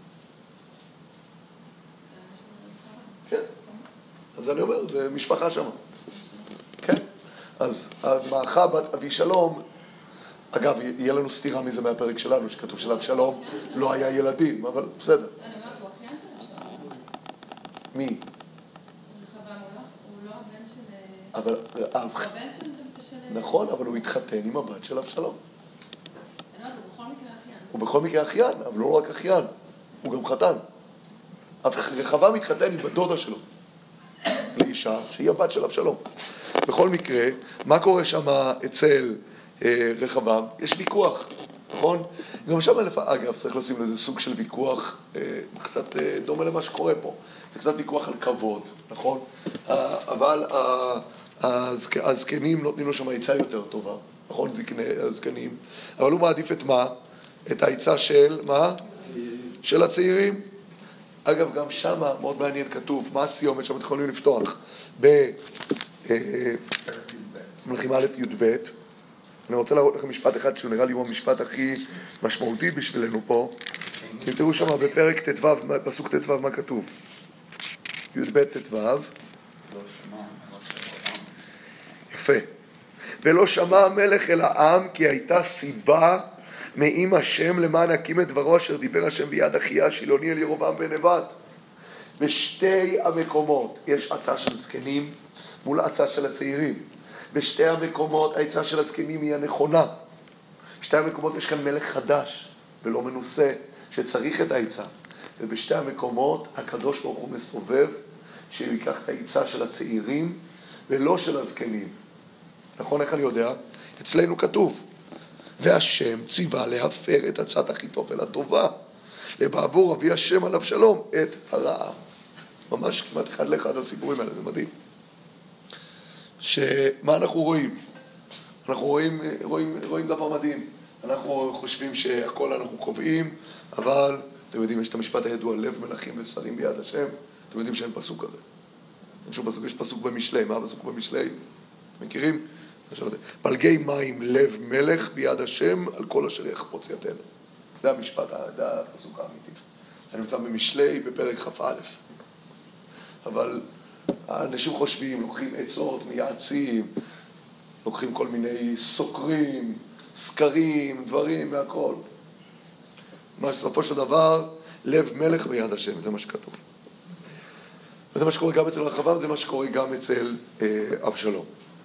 כן. אז אני אומר, זה משפחה שם. כן. אז מאחה בת אבישלום, אגב, יהיה לנו סתירה מזה מהפרק שלנו, שכתוב של אבשלום לא היה ילדים, אבל בסדר. אני אומרת, הוא אחיין של אבשלום. מי? רחבעם, הוא לא הבן של... אבל... הוא הבן של... נכון, אבל הוא התחתן עם הבת של אבשלום. אני אומרת, הוא בכל מקרה אחיין. הוא בכל מקרה אחיין, אבל לא רק אחיין, הוא גם חתן. רחבעם מתחתן עם הדודה שלו, לאישה שהיא הבת של אבשלום. בכל מקרה, מה קורה שם אצל רחבעם? יש ויכוח, נכון? גם שם, אגב, צריך לשים לזה סוג של ויכוח קצת דומה למה שקורה פה. זה קצת ויכוח על כבוד, נכון? אבל הזקנים נותנים לו שם עצה יותר טובה, נכון? הזקנים. אבל הוא מעדיף את מה? את העצה של מה? של הצעירים. אגב, גם שם מאוד מעניין כתוב, מה הסיומת שם אתם יכולים לפתוח? במלכים א' י"ב. אני רוצה להראות לכם משפט אחד שהוא נראה לי הוא המשפט הכי משמעותי בשבילנו פה. כי תראו שם בפרק ט"ו, פסוק ט"ו, מה כתוב? י"ב ט"ו. יפה. ולא שמע המלך אל העם כי הייתה סיבה מעם השם למען הקים את דברו אשר דיבר השם ביד אחיה השילוני אל ירבעם בן נבט. בשתי המקומות יש עצה של זקנים מול עצה של הצעירים. בשתי המקומות העצה של הזקנים היא הנכונה. בשתי המקומות יש כאן מלך חדש ולא מנוסה שצריך את העצה. ובשתי המקומות הקדוש ברוך הוא מסובב שהוא ייקח את העצה של הצעירים ולא של הזקנים. נכון, איך אני יודע? אצלנו כתוב והשם ציווה להפר את עצת אחיתופל הטובה לבעבור אבי השם על אבשלום את הרעה. ממש כמעט אחד לאחד הסיפורים האלה, זה מדהים. שמה אנחנו רואים? אנחנו רואים דבר מדהים. אנחנו חושבים שהכל אנחנו קובעים, אבל אתם יודעים, יש את המשפט הידוע, לב מלכים ושרים ביד השם. אתם יודעים שאין פסוק כזה. אין שום פסוק, יש פסוק במשלי. מה הפסוק במשלי? מכירים? פלגי מים לב מלך ביד השם על כל אשר יחפוץ ידינו. זה המשפט, זה הפסוק האמיתי. אני נמצא במשלי בפרק כ"א. אבל האנשים חושבים, לוקחים עצות, מייעצים, לוקחים כל מיני סוקרים, סקרים, דברים והכל. מה שסופו של דבר, לב מלך ביד השם, זה מה שכתוב. וזה מה שקורה גם אצל רחבעם, זה מה שקורה גם אצל אבשלום.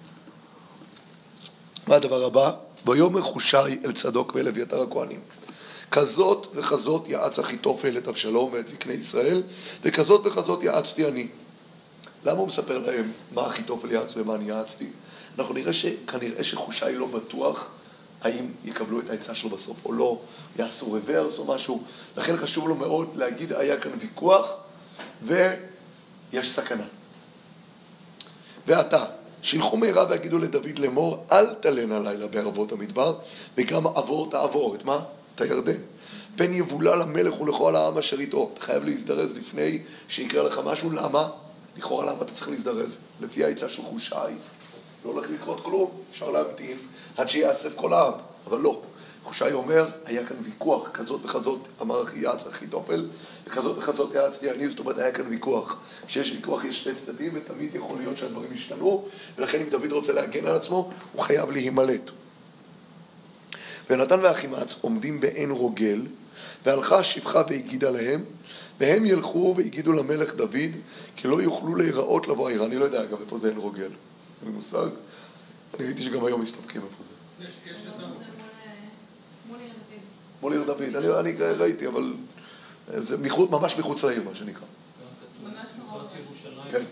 מה הדבר הבא? ויאמר חושי אל צדוק ואל אביתר הכהנים. כזאת וכזאת יעץ אחיתופל את אבשלום ואת זקני ישראל, וכזאת וכזאת יעצתי אני. למה הוא מספר להם מה אחיתופל יעץ ומה אני יעצתי? אנחנו נראה שכנראה שחושי לא בטוח האם יקבלו את העצה שלו בסוף או לא, יעשו רוורס או משהו. לכן חשוב לו מאוד להגיד, היה כאן ויכוח ויש סכנה. ועתה, שילחו מהרה והגידו לדוד לאמור, אל תלנה לילה בערבות המדבר, וגם עבור תעבור, את מה? את הירדן. פן יבולל המלך ולכל העם אשר איתו. אתה חייב להזדרז לפני שיקרה לך משהו. למה? לכאורה למה אתה צריך להזדרז? לפי העצה של חושי, לא הולך לקרות כלום, אפשר להמתין עד שיאסף כל העם, אבל לא. חושי אומר, היה כאן ויכוח, כזאת וכזאת אמר אחיתופל, וכזאת וכזאת יעצתי אני, זאת אומרת היה כאן ויכוח. כשיש ויכוח יש שני צדדים, ותמיד יכול להיות שהדברים ישתנו, ולכן אם דוד רוצה להגן על עצמו, הוא חייב להימלט. ונתן ואחימץ עומדים בעין רוגל, והלכה שפחה והגידה להם, והם ילכו והגידו למלך דוד, כי לא יוכלו להיראות לבוא העיר. אני לא יודע אגב איפה זה עין רוגל. אני מושג, אני ראיתי שגם היום מסתפקים איפה זה. יש מול עיר דוד. מול עיר דוד, אני ראיתי, אבל זה ממש מחוץ לעיר, מה שנקרא. ממש קרוב. כן.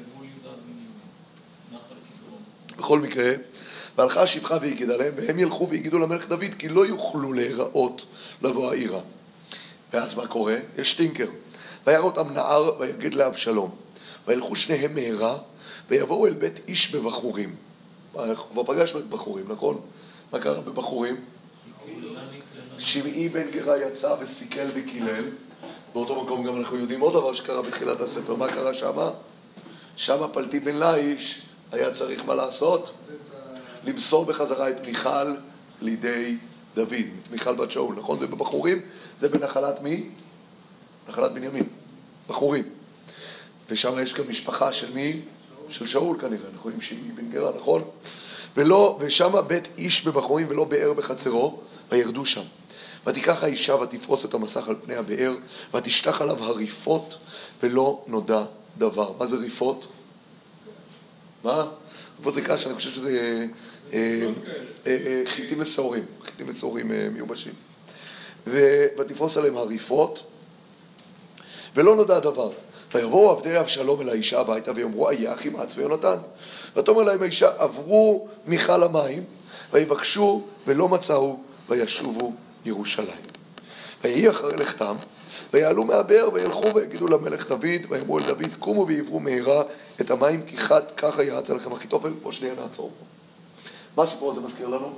בכל מקרה, והלכה שפחה והגידה להם, והם ילכו והגידו למלך דוד, כי לא יוכלו להיראות לבוא העירה. ואז מה קורה? יש טינקר. וירא אותם נער ויגד לאבשלום. וילכו שניהם מהרה, ויבואו אל בית איש בבחורים. כבר פגשנו את בחורים, נכון? מה קרה בבחורים? שמעי בן גרה יצא וסיכל וקילל. באותו מקום גם אנחנו יודעים עוד דבר שקרה בתחילת הספר. מה קרה שמה? שמה פלטי בן לאיש היה צריך מה לעשות? למסור בחזרה את מיכל לידי דוד, את מיכל בת שאול, נכון? זה בבחורים, זה בנחלת מי? נחלת בנימין, בחורים. ושם יש גם משפחה של מי? של שאול כנראה, אנחנו רואים שמעי בן גרה, נכון? ושם בית איש בבחורים ולא באר בחצרו, וירדו שם. ותיקח האישה ותפרוס את המסך על פני הבאר, ותשטח עליו הריפות, ולא נודע דבר. מה זה ריפות? מה? ריפות זה קש, אני חושב שזה חיטים מסעורים, חיטים מסעורים מיובשים. ותפרוס עליהם הריפות, ולא נודע דבר. ויבואו עבדי אבשלום אל האישה הביתה ויאמרו, איה אחימץ ויונתן. ותאמר להם האישה, עברו מיכל המים, ויבקשו ולא מצאו, וישובו ירושלים. ויהי אחרי לכתם, ויעלו מהבאר וילכו ויגידו למלך דוד, ויאמרו אל דוד, קומו ועברו מהרה את המים, כי ככה יעץ עליכם אחיתופל. פה שנייה נעצור פה. מה הסיפור הזה מזכיר לנו?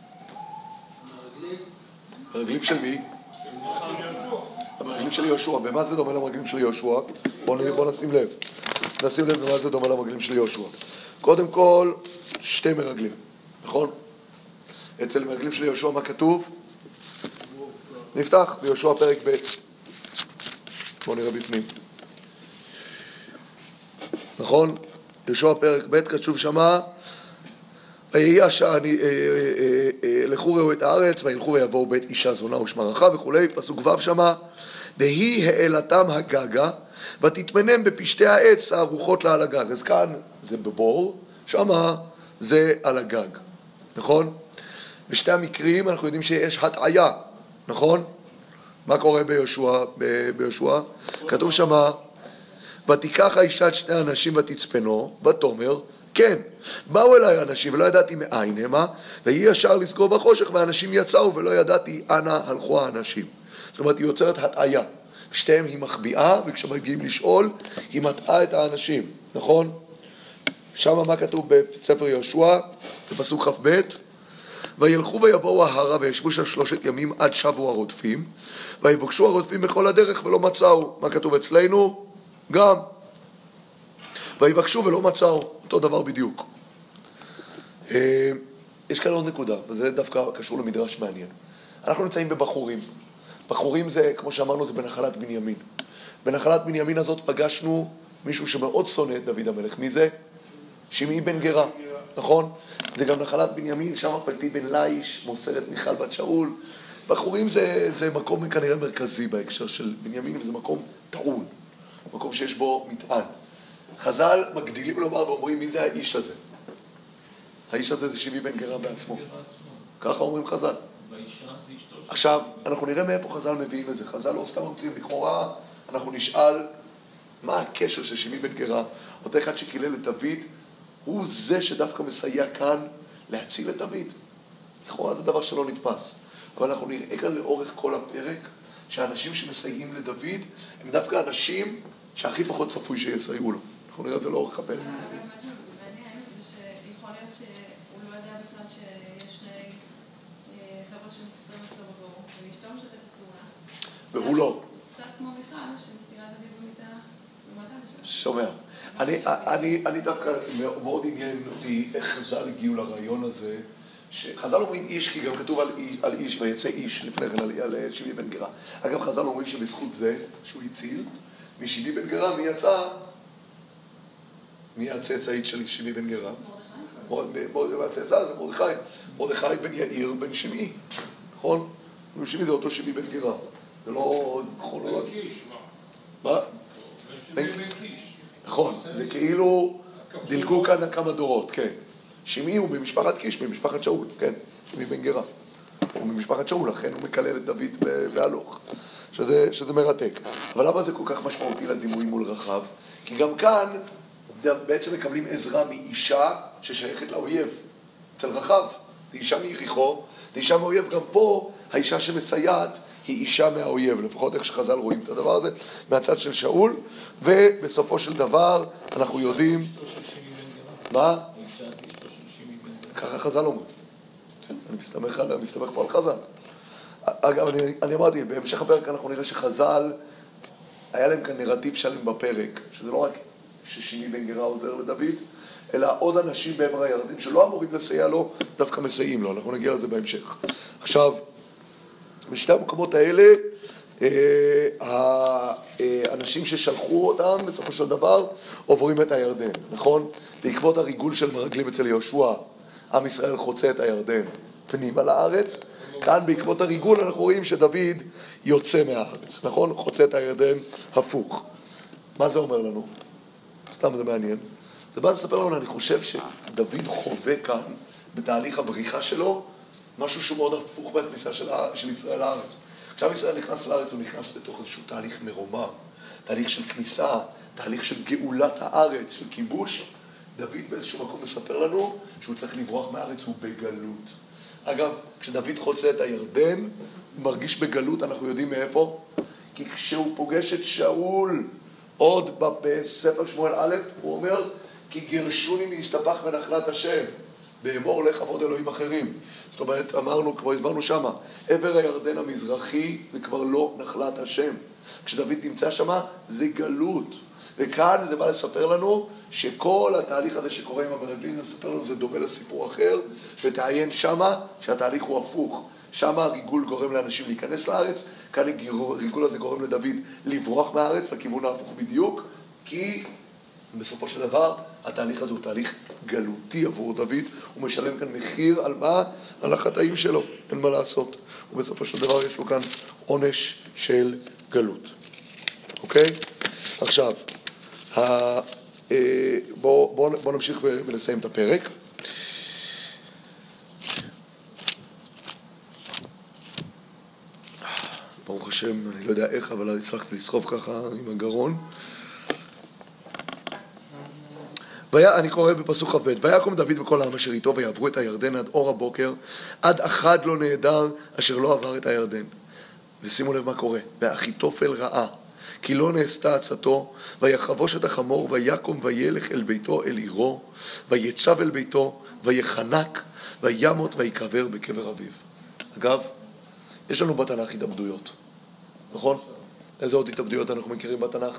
הרגלים של מי? המרגלים של יהושע. במה זה דומה למרגלים של יהושע? בואו נשים לב. נשים לב במה זה דומה למרגלים של יהושע. קודם כל, שתי מרגלים, נכון? אצל מרגלים של יהושע מה כתוב? נפתח ביהושע פרק ב'. בואו נראה בפנים. נכון? יהושע פרק ב' כתוב שמה, ויהי השעה, לכו ראו את הארץ, וילכו ויבואו בית אישה זונה ושמה רכה וכולי. פסוק ו' שמה, והיא העלתם הגגה, ותתמנם בפשטי העץ הארוחות לה על הגג. אז כאן זה בבור, שמה זה על הגג, נכון? בשתי המקרים אנחנו יודעים שיש הטעיה, נכון? מה קורה ביהושע? כתוב שמה, ותיקח האישה את שני האנשים ותצפנו, ותאמר, כן, באו אליי אנשים ולא ידעתי מאין המה, והיא ישר לסגור בחושך, והאנשים יצאו ולא ידעתי אנה הלכו האנשים. זאת אומרת, היא יוצרת הטעיה. שתיהם היא מחביאה, וכשמגיעים לשאול, היא מטעה את האנשים, נכון? שם מה כתוב בספר יהושע, בפסוק כ"ב, וילכו ויבואו ההרה וישבו שם 3 ימים עד שבו הרודפים, ויבקשו הרודפים בכל הדרך ולא מצאו. מה כתוב אצלנו? גם. ויבקשו ולא מצאו, אותו דבר בדיוק. יש כאן עוד נקודה, וזה דווקא קשור למדרש מעניין. אנחנו נמצאים בבחורים. בחורים זה, כמו שאמרנו, זה בנחלת בנימין. בנחלת בנימין הזאת פגשנו מישהו שמאוד שונא את דוד המלך. מי זה? שמעי בן גרה, נכון? זה גם נחלת בנימין, שם פלטי בן לאיש, מוסר את מיכל בת שאול. בחורים זה מקום כנראה מרכזי בהקשר של בנימין, וזה מקום טעון, מקום שיש בו מטען. חז"ל מגדילים לומר ואומרים, מי זה האיש הזה? האיש הזה זה שמעי בן גרה בעצמו. ככה אומרים חז"ל. עכשיו, אנחנו נראה מאיפה חז"ל מביאים את זה. חז"ל לא סתם ממציאים. לכאורה, אנחנו נשאל מה הקשר של שמעי בן גרה, אותו אחד שקילל את דוד, הוא זה שדווקא מסייע כאן להציל את דוד. לכאורה זה דבר שלא נתפס. אבל אנחנו נראה כאן לאורך כל הפרק שהאנשים שמסייעים לדוד הם דווקא אנשים שהכי פחות צפוי שיסייעו לו. אנחנו נראה את זה לאורך הפרק. אגב, מה שמעניין זה שיכול להיות שהוא לא יודע בכלל שיש שני חבר'ה שמסתתרים אצלו בבור, ואשתו משתפת פעולה. והוא לא. קצת כמו מיכל, שמסתירה דוד במיטה במטה בשביל. שומע. אני דווקא מאוד עניין אותי איך חז"ל הגיעו לרעיון הזה, שחז"ל אומרים איש, כי גם כתוב על איש, ויצא איש לפני כן על שבי בן גרה. אגב, חז"ל אומרים שבזכות זה שהוא הציל, משבי בן גרה, מי הצאצאית של שבי בן גרה? והצאצא זה מרדכי. מרדכי בן יאיר בן שמעי, נכון? שמעי זה אותו שבי בן גרה. זה לא... בן קיש, מה? בן קיש. נכון, זה כאילו דילגו כאן כמה דורות, כן. שמעי הוא במשפחת קיש, במשפחת שאול, כן. שמעי בן גרה. הוא במשפחת שאול, לכן הוא מקלל את דוד בהלוך. שזה מרתק. אבל למה זה כל כך משמעותי לדימוי מול רחב? כי גם כאן בעצם מקבלים עזרה מאישה ששייכת לאויב. אצל רחב, היא אישה מיריחו, היא אישה מאויב. גם פה האישה שמסייעת היא אישה מהאויב, לפחות איך שחז"ל רואים את הדבר הזה, מהצד של שאול, ובסופו של דבר אנחנו יודעים... מה? ככה חז"ל אומרים. אני מסתמך פה על חז"ל. אגב, אני אמרתי, בהמשך הפרק אנחנו נראה שחז"ל, היה להם כאן נרטיב שלם בפרק, שזה לא רק ששמעי בן גרה עוזר לדוד, אלא עוד אנשים בעבר הירדן שלא אמורים לסייע לו, דווקא מסייעים לו. אנחנו נגיע לזה בהמשך. עכשיו, בשתי המקומות האלה, האנשים ששלחו אותם בסופו של דבר עוברים את הירדן, נכון? בעקבות הריגול של מרגלים אצל יהושע, עם ישראל חוצה את הירדן פנימה לארץ. כאן בעקבות הריגול אנחנו רואים שדוד יוצא מהארץ, נכון? חוצה את הירדן הפוך. מה זה אומר לנו? סתם זה מעניין. זה בא לספר לנו, אני חושב שדוד חווה כאן בתהליך הבריחה שלו משהו שהוא מאוד הפוך בכניסה של ישראל לארץ. עכשיו ישראל נכנס לארץ, הוא נכנס בתוך איזשהו תהליך מרומם, תהליך של כניסה, תהליך של גאולת הארץ, של כיבוש. דוד באיזשהו מקום מספר לנו שהוא צריך לברוח מהארץ, הוא בגלות. אגב, כשדוד חוצה את הירדן, הוא מרגיש בגלות, אנחנו יודעים מאיפה? כי כשהוא פוגש את שאול, עוד בספר שמואל א', הוא אומר, כי גירשוני מהסתפח בנחלת השם, באמור לך עבוד אלוהים אחרים. זאת אומרת, אמרנו, כבר הסברנו שמה, עבר הירדן המזרחי זה כבר לא נחלת השם. כשדוד נמצא שמה, זה גלות. וכאן זה בא לספר לנו שכל התהליך הזה שקורה עם המרגלים, זה מספר לנו, זה דומה לסיפור אחר, ותעיין שמה שהתהליך הוא הפוך. שמה הריגול גורם לאנשים להיכנס לארץ, כאן הריגול הזה גורם לדוד לברוח מהארץ, לכיוון ההפוך בדיוק, כי בסופו של דבר התהליך הזה הוא תהליך גלותי עבור דוד, הוא משלם כאן מחיר על מה? על החטאים שלו, אין מה לעשות. ובסופו של דבר יש לו כאן עונש של גלות. אוקיי? עכשיו, בואו נמשיך ולסיים את הפרק. ברוך השם, אני לא יודע איך, אבל הצלחתי לסחוב ככה עם הגרון. אני קורא בפסוק כ"ב, ויקום דוד וכל העם אשר איתו ויעברו את הירדן עד אור הבוקר, עד אחד לא נעדר אשר לא עבר את הירדן. ושימו לב מה קורה, ואחיתופל ראה, כי לא נעשתה עצתו, ויחבוש את החמור, ויקום וילך אל ביתו אל עירו, ויצב אל ביתו, ויחנק, וימות ויקבר בקבר אביו. אגב, יש לנו בתנ"ך התאבדויות, נכון? איזה עוד התאבדויות אנחנו מכירים בתנ"ך?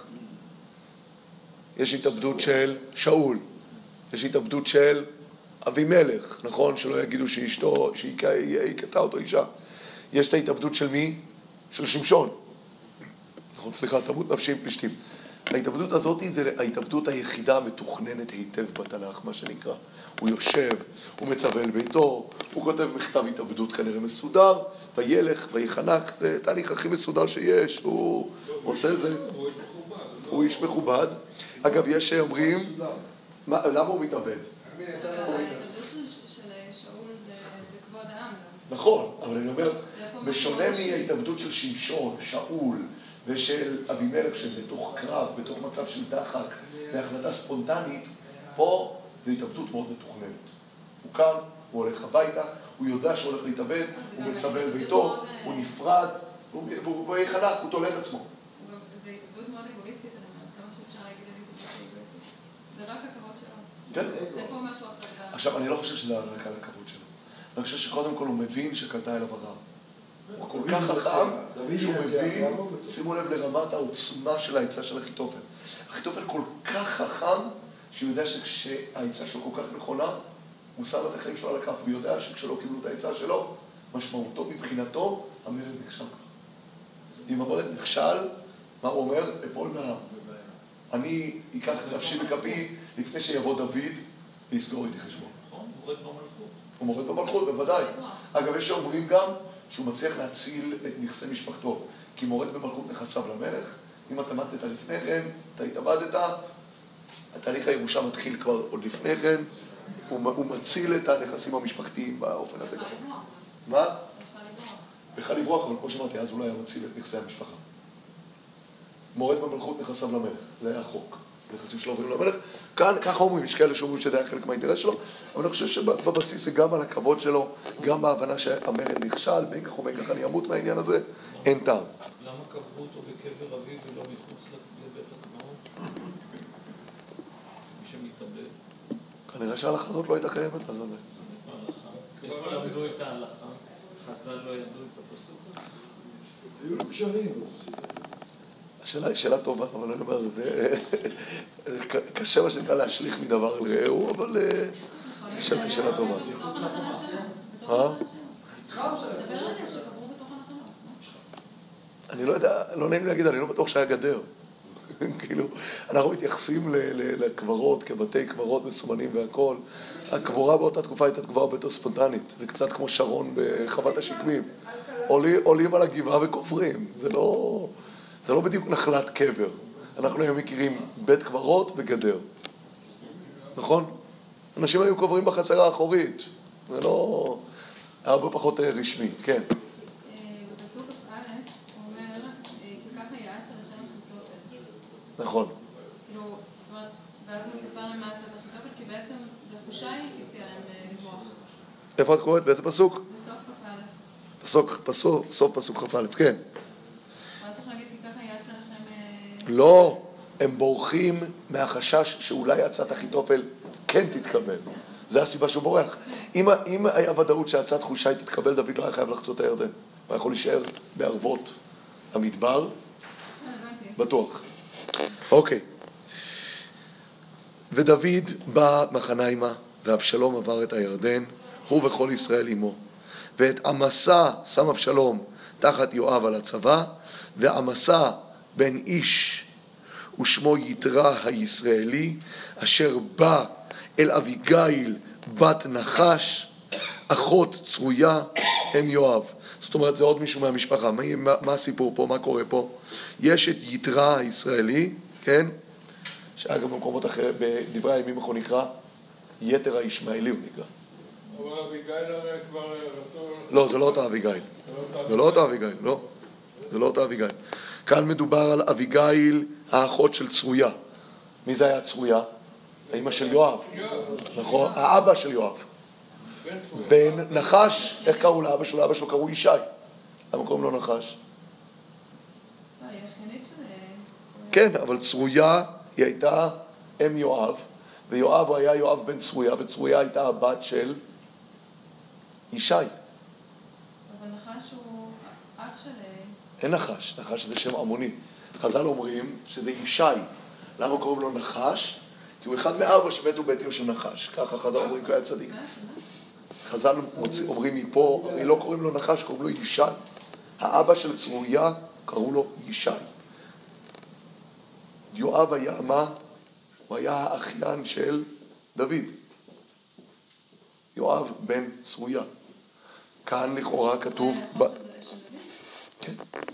יש התאבדות של שאול, יש התאבדות של אבימלך, נכון? שלא יגידו שאשתו, שהיא קטעה אותו אישה. יש את ההתאבדות של מי? של שמשון. נכון, סליחה, תמות נפשי עם פלישתים. ההתאבדות הזאת זה ההתאבדות היחידה המתוכננת היטב בתנ"ך, מה שנקרא. הוא יושב, הוא מצווה אל ביתו, הוא כותב מכתב התאבדות כנראה מסודר, וילך ויחנק, זה התהליך הכי מסודר שיש, הוא עושה זה. הוא איש מכובד. אגב, יש שאומרים, למה הוא מתאבד? ההתאבדות של שאול זה כבוד העם. נכון, אבל אני אומר, בשונה מההתאבדות של שמשון, שאול ושל אבימלך שבתוך קרב, בתוך מצב של דחק והחלטה ספונטנית, פה זו התאבדות מאוד מתוכננת. הוא קם, הוא הולך הביתה, הוא יודע שהוא הולך להתאבד, הוא מצווה על ביתו, הוא נפרד, הוא יחלק, הוא תולה את עצמו. זה התאבדות מאוד אגואיסטית, אני אומרת, כמה שאפשר להגיד על התאבדות אגואיסטית. זה רק הכבוד שלו. כן. זה פה משהו אחר. עכשיו, אני לא חושב שזה רק על הכבוד שלו. אני חושב שקודם כל הוא מבין שקלטה אליו הרע. הוא כל כך חכם, שהוא מבין, שימו לב לרמת העוצמה של העצה של אחיתופל. אחיתופל כל כך חכם, שהוא יודע שכשהעצה שלו כל כך נכונה, הוא שם את החיים שלו על הכף, הוא יודע שכשלא קיבלו את העצה שלו, משמעותו מבחינתו, המרד נכשל. אם המרד נכשל, מה הוא אומר? אפול מהעם. אני אקח נפשי בכפי לפני שיבוא דוד ויסגור איתי חשבון. נכון, הוא מורד במלכות. הוא מורד במלכות, בוודאי. אגב, יש שאומרים גם שהוא מצליח להציל את נכסי משפחתו. כי מורד במלכות נכסיו למלך, אם אתה מתת לפני כן, אתה התאבדת, התהליך הירושה מתחיל כבר עוד לפני כן, הוא מציל את הנכסים המשפחתיים באופן הזה. מה? בכלל לברוח, אבל כמו שאמרתי, אז אולי היה מציל את נכסי המשפחה. מורד במלכות נכסיו למלך, זה היה החוק. נכסים שלו עוברים למלך. כאן, ככה אומרים, יש כאלה שאומרים שזה היה חלק מהאינטרס שלו, אבל אני חושב שבבסיס זה גם על הכבוד שלו, גם בהבנה שהמרד נכשל, בין כך ובין כך אני אמות מהעניין הזה, אין טעם. למה קברו אותו בקבר אביו ולא מחוץ לבית הקברות? מי שמתאבד. כנראה שההלכה הזאת לא הייתה קיימת לזה. איפה למדו את ההלכה? חז"ל לא ידעו את הפסוק? היו לו קשרים. השאלה היא שאלה טובה, אבל אני אומר, זה קשה מה שנקרא להשליך מדבר על רעהו, אבל השאלה היא שאלה טובה. אני לא יודע, לא נעים להגיד, אני לא בטוח שהיה גדר. כאילו, אנחנו מתייחסים לקברות כבתי קברות מסומנים והכל. הקבורה באותה תקופה הייתה קבורה ביתו ספונטנית. זה קצת כמו שרון בחוות השקמים. עולים על הגבעה וקוברים. זה לא בדיוק נחלת קבר. אנחנו היום מכירים בית קברות וגדר. נכון? אנשים היו קוברים בחצר האחורית. זה לא הרבה פחות רשמי. כן. בפסוק א' אומר, כי ככה יעץ עליכם אחיתופל. נכון. כאילו, זאת אומרת, ואז מוסיפה להם מה הצעת אחיתופל, כי בעצם זה חושי הציע להם לברוח. איפה את קוראת? באיזה פסוק? בסוף כ"א. סוף פסוק כ"א, כן. אבל צריך להגיד, כי ככה יעץ עליכם... לא, הם בורחים מהחשש שאולי הצעת אחיתופל כן תתקבל. זה הסיבה שהוא בורח. אם היה ודאות שהצעת חושי תתקבל, דוד לא היה חייב לחצות את הירדן. הוא יכול להישאר בערבות המדבר. בטוח. אוקיי. ודוד בא מחניימה, ואבשלום עבר את הירדן, הוא וכל ישראל עמו. ואת עמסה שם אבשלום תחת יואב על הצבא, ועמסה בן איש ושמו יתרה הישראלי, אשר בא אל אביגיל בת נחש, אחות צרויה, אם יואב. זאת אומרת, זה עוד מישהו מהמשפחה. מה הסיפור פה? מה קורה פה? יש את יתרה הישראלי, כן? שאגב במקומות אחרים, בדברי הימים הוא נקרא יתר הישמעאלי הוא נקרא. אבל אביגיל הרי כבר רצו... לא, זה לא אותה אביגיל. זה לא אותה אביגיל, לא. זה לא אותה אביגיל. כאן מדובר על אביגיל, האחות של צרויה. מי זה היה צרויה? האמא של יואב. נכון? האבא של יואב. בן נחש, איך קראו לאבא שלו? לאבא שלו קראו ישי. למה קוראים לו נחש? היא אחיינית של... כן, אבל צרויה היא הייתה אם יואב, ויואב הוא היה יואב בן צרויה, וצרויה הייתה הבת של ישי. אבל נחש הוא אח של... אין נחש, נחש זה שם עמוני. חז"ל אומרים שזה ישי. למה קוראים לו נחש? כי הוא אחד מארבע שמתו בעטיו של נחש. ככה חז"ל אומרים כי היה צדיק. חז"ל אומרים מפה, הרי לא קוראים לו נחש, קוראים לו ישי. האבא של צרויה קראו לו ישי. יואב היה מה? הוא היה האחיין של דוד. יואב בן צרויה. כאן לכאורה כתוב... כן.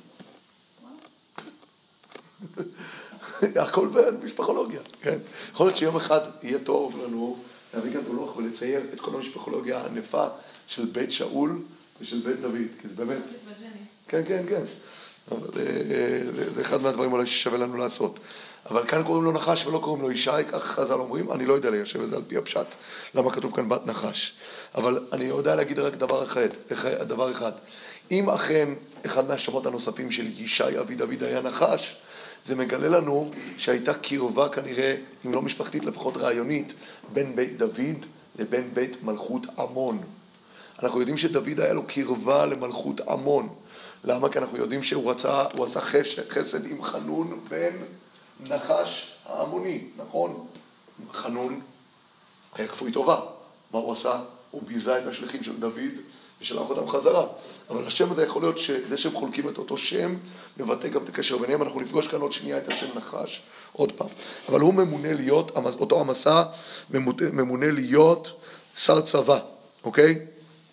הכל במשפחולוגיה, כן. יכול להיות שיום אחד יהיה טוב לנו להביא כאן בלוח ולצייר את כל המשפחולוגיה הענפה של בית שאול ושל בית דוד, כי זה באמת... כן, כן, כן. אבל זה אחד מהדברים אולי ששווה לנו לעשות. אבל כאן קוראים לו נחש ולא קוראים לו ישי, כך חז"ל אומרים, אני לא יודע ליישב את זה על פי הפשט, למה כתוב כאן בת נחש. אבל אני יודע להגיד רק דבר אחד. אם אכן אחד מהשמות הנוספים של ישי אבי דוד היה נחש, זה מגלה לנו שהייתה קרבה כנראה, אם לא משפחתית לפחות רעיונית, בין בית דוד לבין בית מלכות עמון. אנחנו יודעים שדוד היה לו קרבה למלכות עמון. למה? כי אנחנו יודעים שהוא עשה חסד עם חנון בן נחש העמוני, נכון? חנון היה כפוי טובה. מה הוא עשה? הוא ביזה את השליחים של דוד ושלח אותם חזרה. אבל השם הזה יכול להיות שזה שהם חולקים את אותו שם, מבטא גם את הקשר ביניהם. אנחנו נפגוש כאן עוד שנייה את השם נחש, עוד פעם. אבל הוא ממונה להיות, אותו המסע ממונה להיות שר צבא, אוקיי?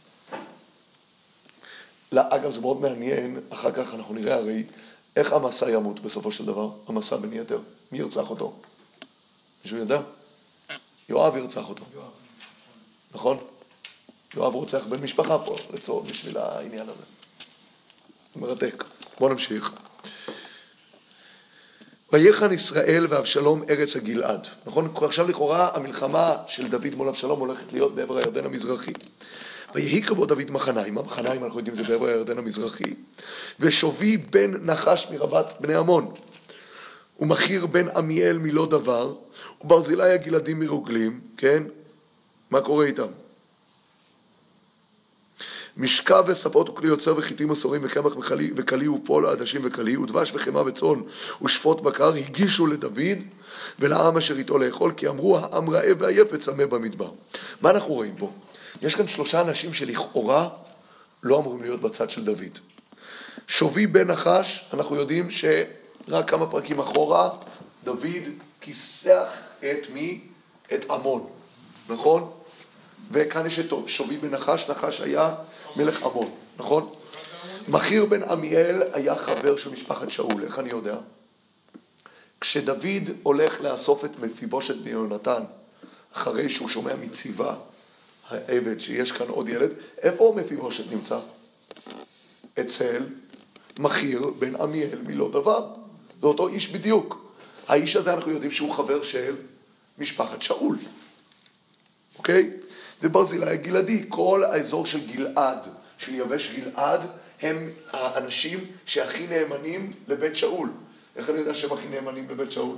אגב, זה מאוד מעניין, אחר כך אנחנו נראה הרי איך המסע ימות בסופו של דבר, המסע בן יתר. מי ירצח אותו? מישהו ידע? יואב ירצח אותו. נכון? יואב רוצח בן משפחה פה, לצורך בשביל העניין הזה. מרתק. בואו נמשיך. ויחן ישראל ואבשלום ארץ הגלעד. נכון? עכשיו לכאורה המלחמה של דוד מול אבשלום הולכת להיות בעבר הירדן המזרחי. ויהי כבו דוד מחניים, המחניים אנחנו יודעים זה בעבר הירדן המזרחי, ושובי בן נחש מרבת בני עמון, ומחיר בן עמיאל מלא דבר, וברזילי הגלעדים מרוגלים, כן? מה קורה איתם? משכב וספות וכלי יוצר וחיטים מסורים וקמח וקלי ופול עדשים וקלי ודבש וחמה וצאן ושפוט בקר הגישו לדוד ולעם אשר איתו לאכול, כי אמרו העם רעב ועייף וצמא במדבר. מה אנחנו רואים פה? יש כאן 3 אנשים שלכאורה לא אמורים להיות בצד של דוד. שובי בן נחש, אנחנו יודעים שרק כמה פרקים אחורה דוד כיסח את מי? את עמון, נכון? וכאן יש את שובי בן נחש, נחש היה מלך עמון, נכון? מחיר בן עמיאל היה חבר של משפחת שאול, איך אני יודע? כשדוד הולך לאסוף את מפיבושת בן יונתן, אחרי שהוא שומע מציבה, העבד שיש כאן עוד ילד, איפה מפיבושת נמצא? אצל מחיר בן עמיאל מלא דבר. זה אותו איש בדיוק. האיש הזה אנחנו יודעים שהוא חבר של משפחת שאול. אוקיי? זה ברזילי הגלעדי. כל האזור של גלעד, של יבש גלעד, הם האנשים שהכי נאמנים לבית שאול. איך אני יודע שהם הכי נאמנים לבית שאול?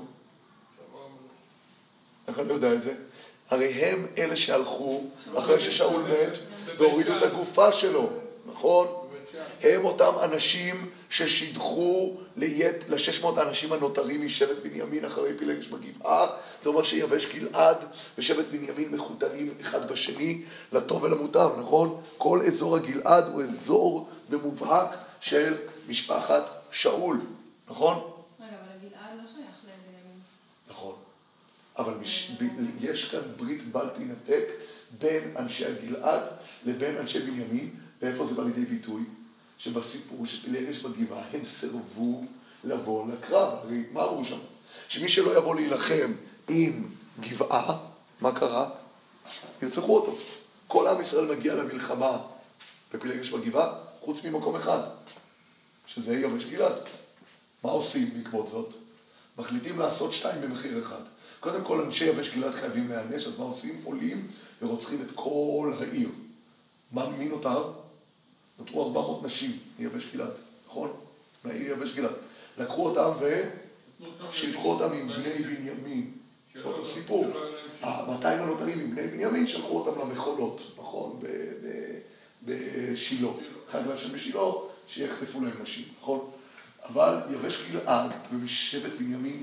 איך אני יודע את זה? הרי הם אלה שהלכו אחרי ששאול מת והורידו את הגופה שלו, נכון? הם אותם אנשים ששידחו ל-600 האנשים הנותרים משבט בנימין אחרי פילגש בגבעה. זה אומר שיבש גלעד ושבט בנימין מחותנים אחד בשני לטוב ולמוטב, נכון? כל אזור הגלעד הוא אזור במובהק של משפחת שאול, נכון? רגע, אבל הגלעד לא שייך לבנימין. נכון. אבל יש כאן ברית בל תינתק בין אנשי הגלעד לבין אנשי בנימין. ואיפה זה בא לידי ביטוי? שבסיפור שפילגש בגבעה הם סרבו לבוא לקרב. הרי מה אמרו שם? שמי שלא יבוא להילחם עם גבעה, מה קרה? ירצחו אותו. כל עם ישראל מגיע למלחמה בפילגש בגבעה, חוץ ממקום אחד, שזה יבש גלעד. מה עושים בעקבות זאת? מחליטים לעשות 2 במחיר אחד. קודם כל, אנשי יבש גלעד חייבים להיענש, אז מה עושים? עולים ורוצחים את כל העיר. מי נותר? נותרו 400 נשים מיבש גלעד, נכון? מהעיר יבש גלעד. לקחו אותם ושילחו אותם עם בני בנימין. אותו סיפור. 200 הנותרים עם בני בנימין שלחו אותם למחולות, נכון? בשילה. חג להשם בשילה, שיחטפו להם נשים, נכון? אבל יבש גלעד ומשבט בנימין,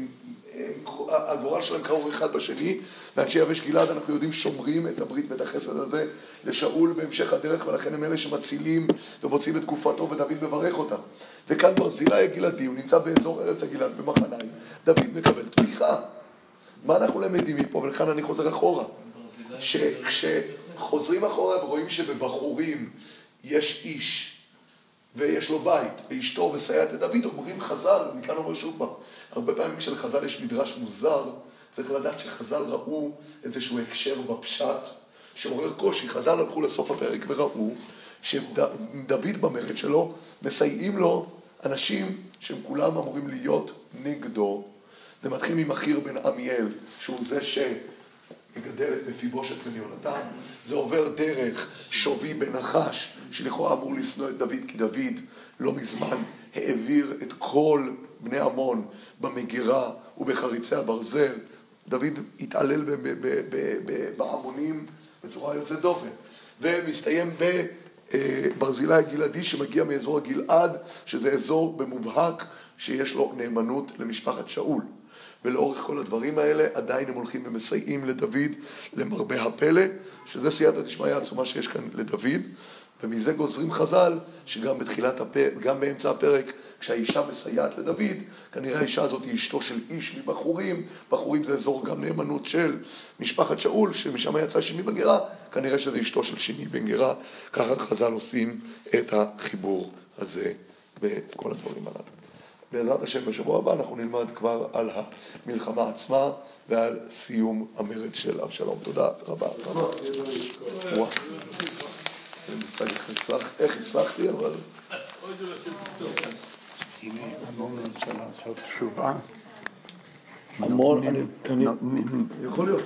הגורל שלהם קרוב אחד בשני, ואנשי יבש גלעד אנחנו יודעים שומרים את הברית ואת החסד הזה לשאול בהמשך הדרך, ולכן הם אלה שמצילים ומוצאים את גופתו ודוד מברך אותם. וכאן ברזילי הגלעדי, הוא נמצא באזור ארץ הגלעד במחניים, דוד מקבל תמיכה. מה אנחנו למדים מפה? ולכאן אני חוזר אחורה. שכשחוזרים אחורה ורואים שבבחורים יש איש ויש לו בית, ואשתו מסייעת לדוד, אומרים חז"ל, מכאן אומר שוב פעם, הרבה פעמים כשלחז"ל יש מדרש מוזר, צריך לדעת שחז"ל ראו איזשהו הקשר בפשט, שעורר קושי. חז"ל הלכו לסוף הפרק וראו שדוד במרד שלו מסייעים לו אנשים שהם כולם אמורים להיות נגדו, זה מתחיל ממחיר בן עמיאל, שהוא זה שמגדל את מפיבושת בן יונתן. זה עובר דרך שובי בן נחש, שלכאורה אמור לשנוא את דוד, כי דוד לא מזמן העביר את כל בני עמון במגירה ובחריצי הברזל. דוד התעלל בעמונים בצורה יוצאת דופן. ומסתיים בברזילי הגלעדי שמגיע מאזור הגלעד, שזה אזור במובהק שיש לו נאמנות למשפחת שאול. ולאורך כל הדברים האלה עדיין הם הולכים ומסייעים לדוד למרבה הפלא, שזה סייעתא דשמיא העצומה שיש כאן לדוד. ומזה גוזרים חז"ל שגם בתחילת הפרק, גם באמצע הפרק, כשהאישה מסייעת לדוד, כנראה האישה הזאת היא אשתו של איש מבחורים. בחורים זה אזור גם נאמנות של משפחת שאול, שמשם יצא שימי בן גרה, כנראה שזה אשתו של שימי בן גרה. ככה חז"ל עושים את החיבור הזה בכל הדברים הללו. בעזרת השם בשבוע הבא אנחנו נלמד כבר על המלחמה עצמה ועל סיום המרד של אבשלום. תודה רבה. וואו. איך הצלחתי, אבל... הנה, המון רוצה לעשות תשובה. המון, יכול להיות.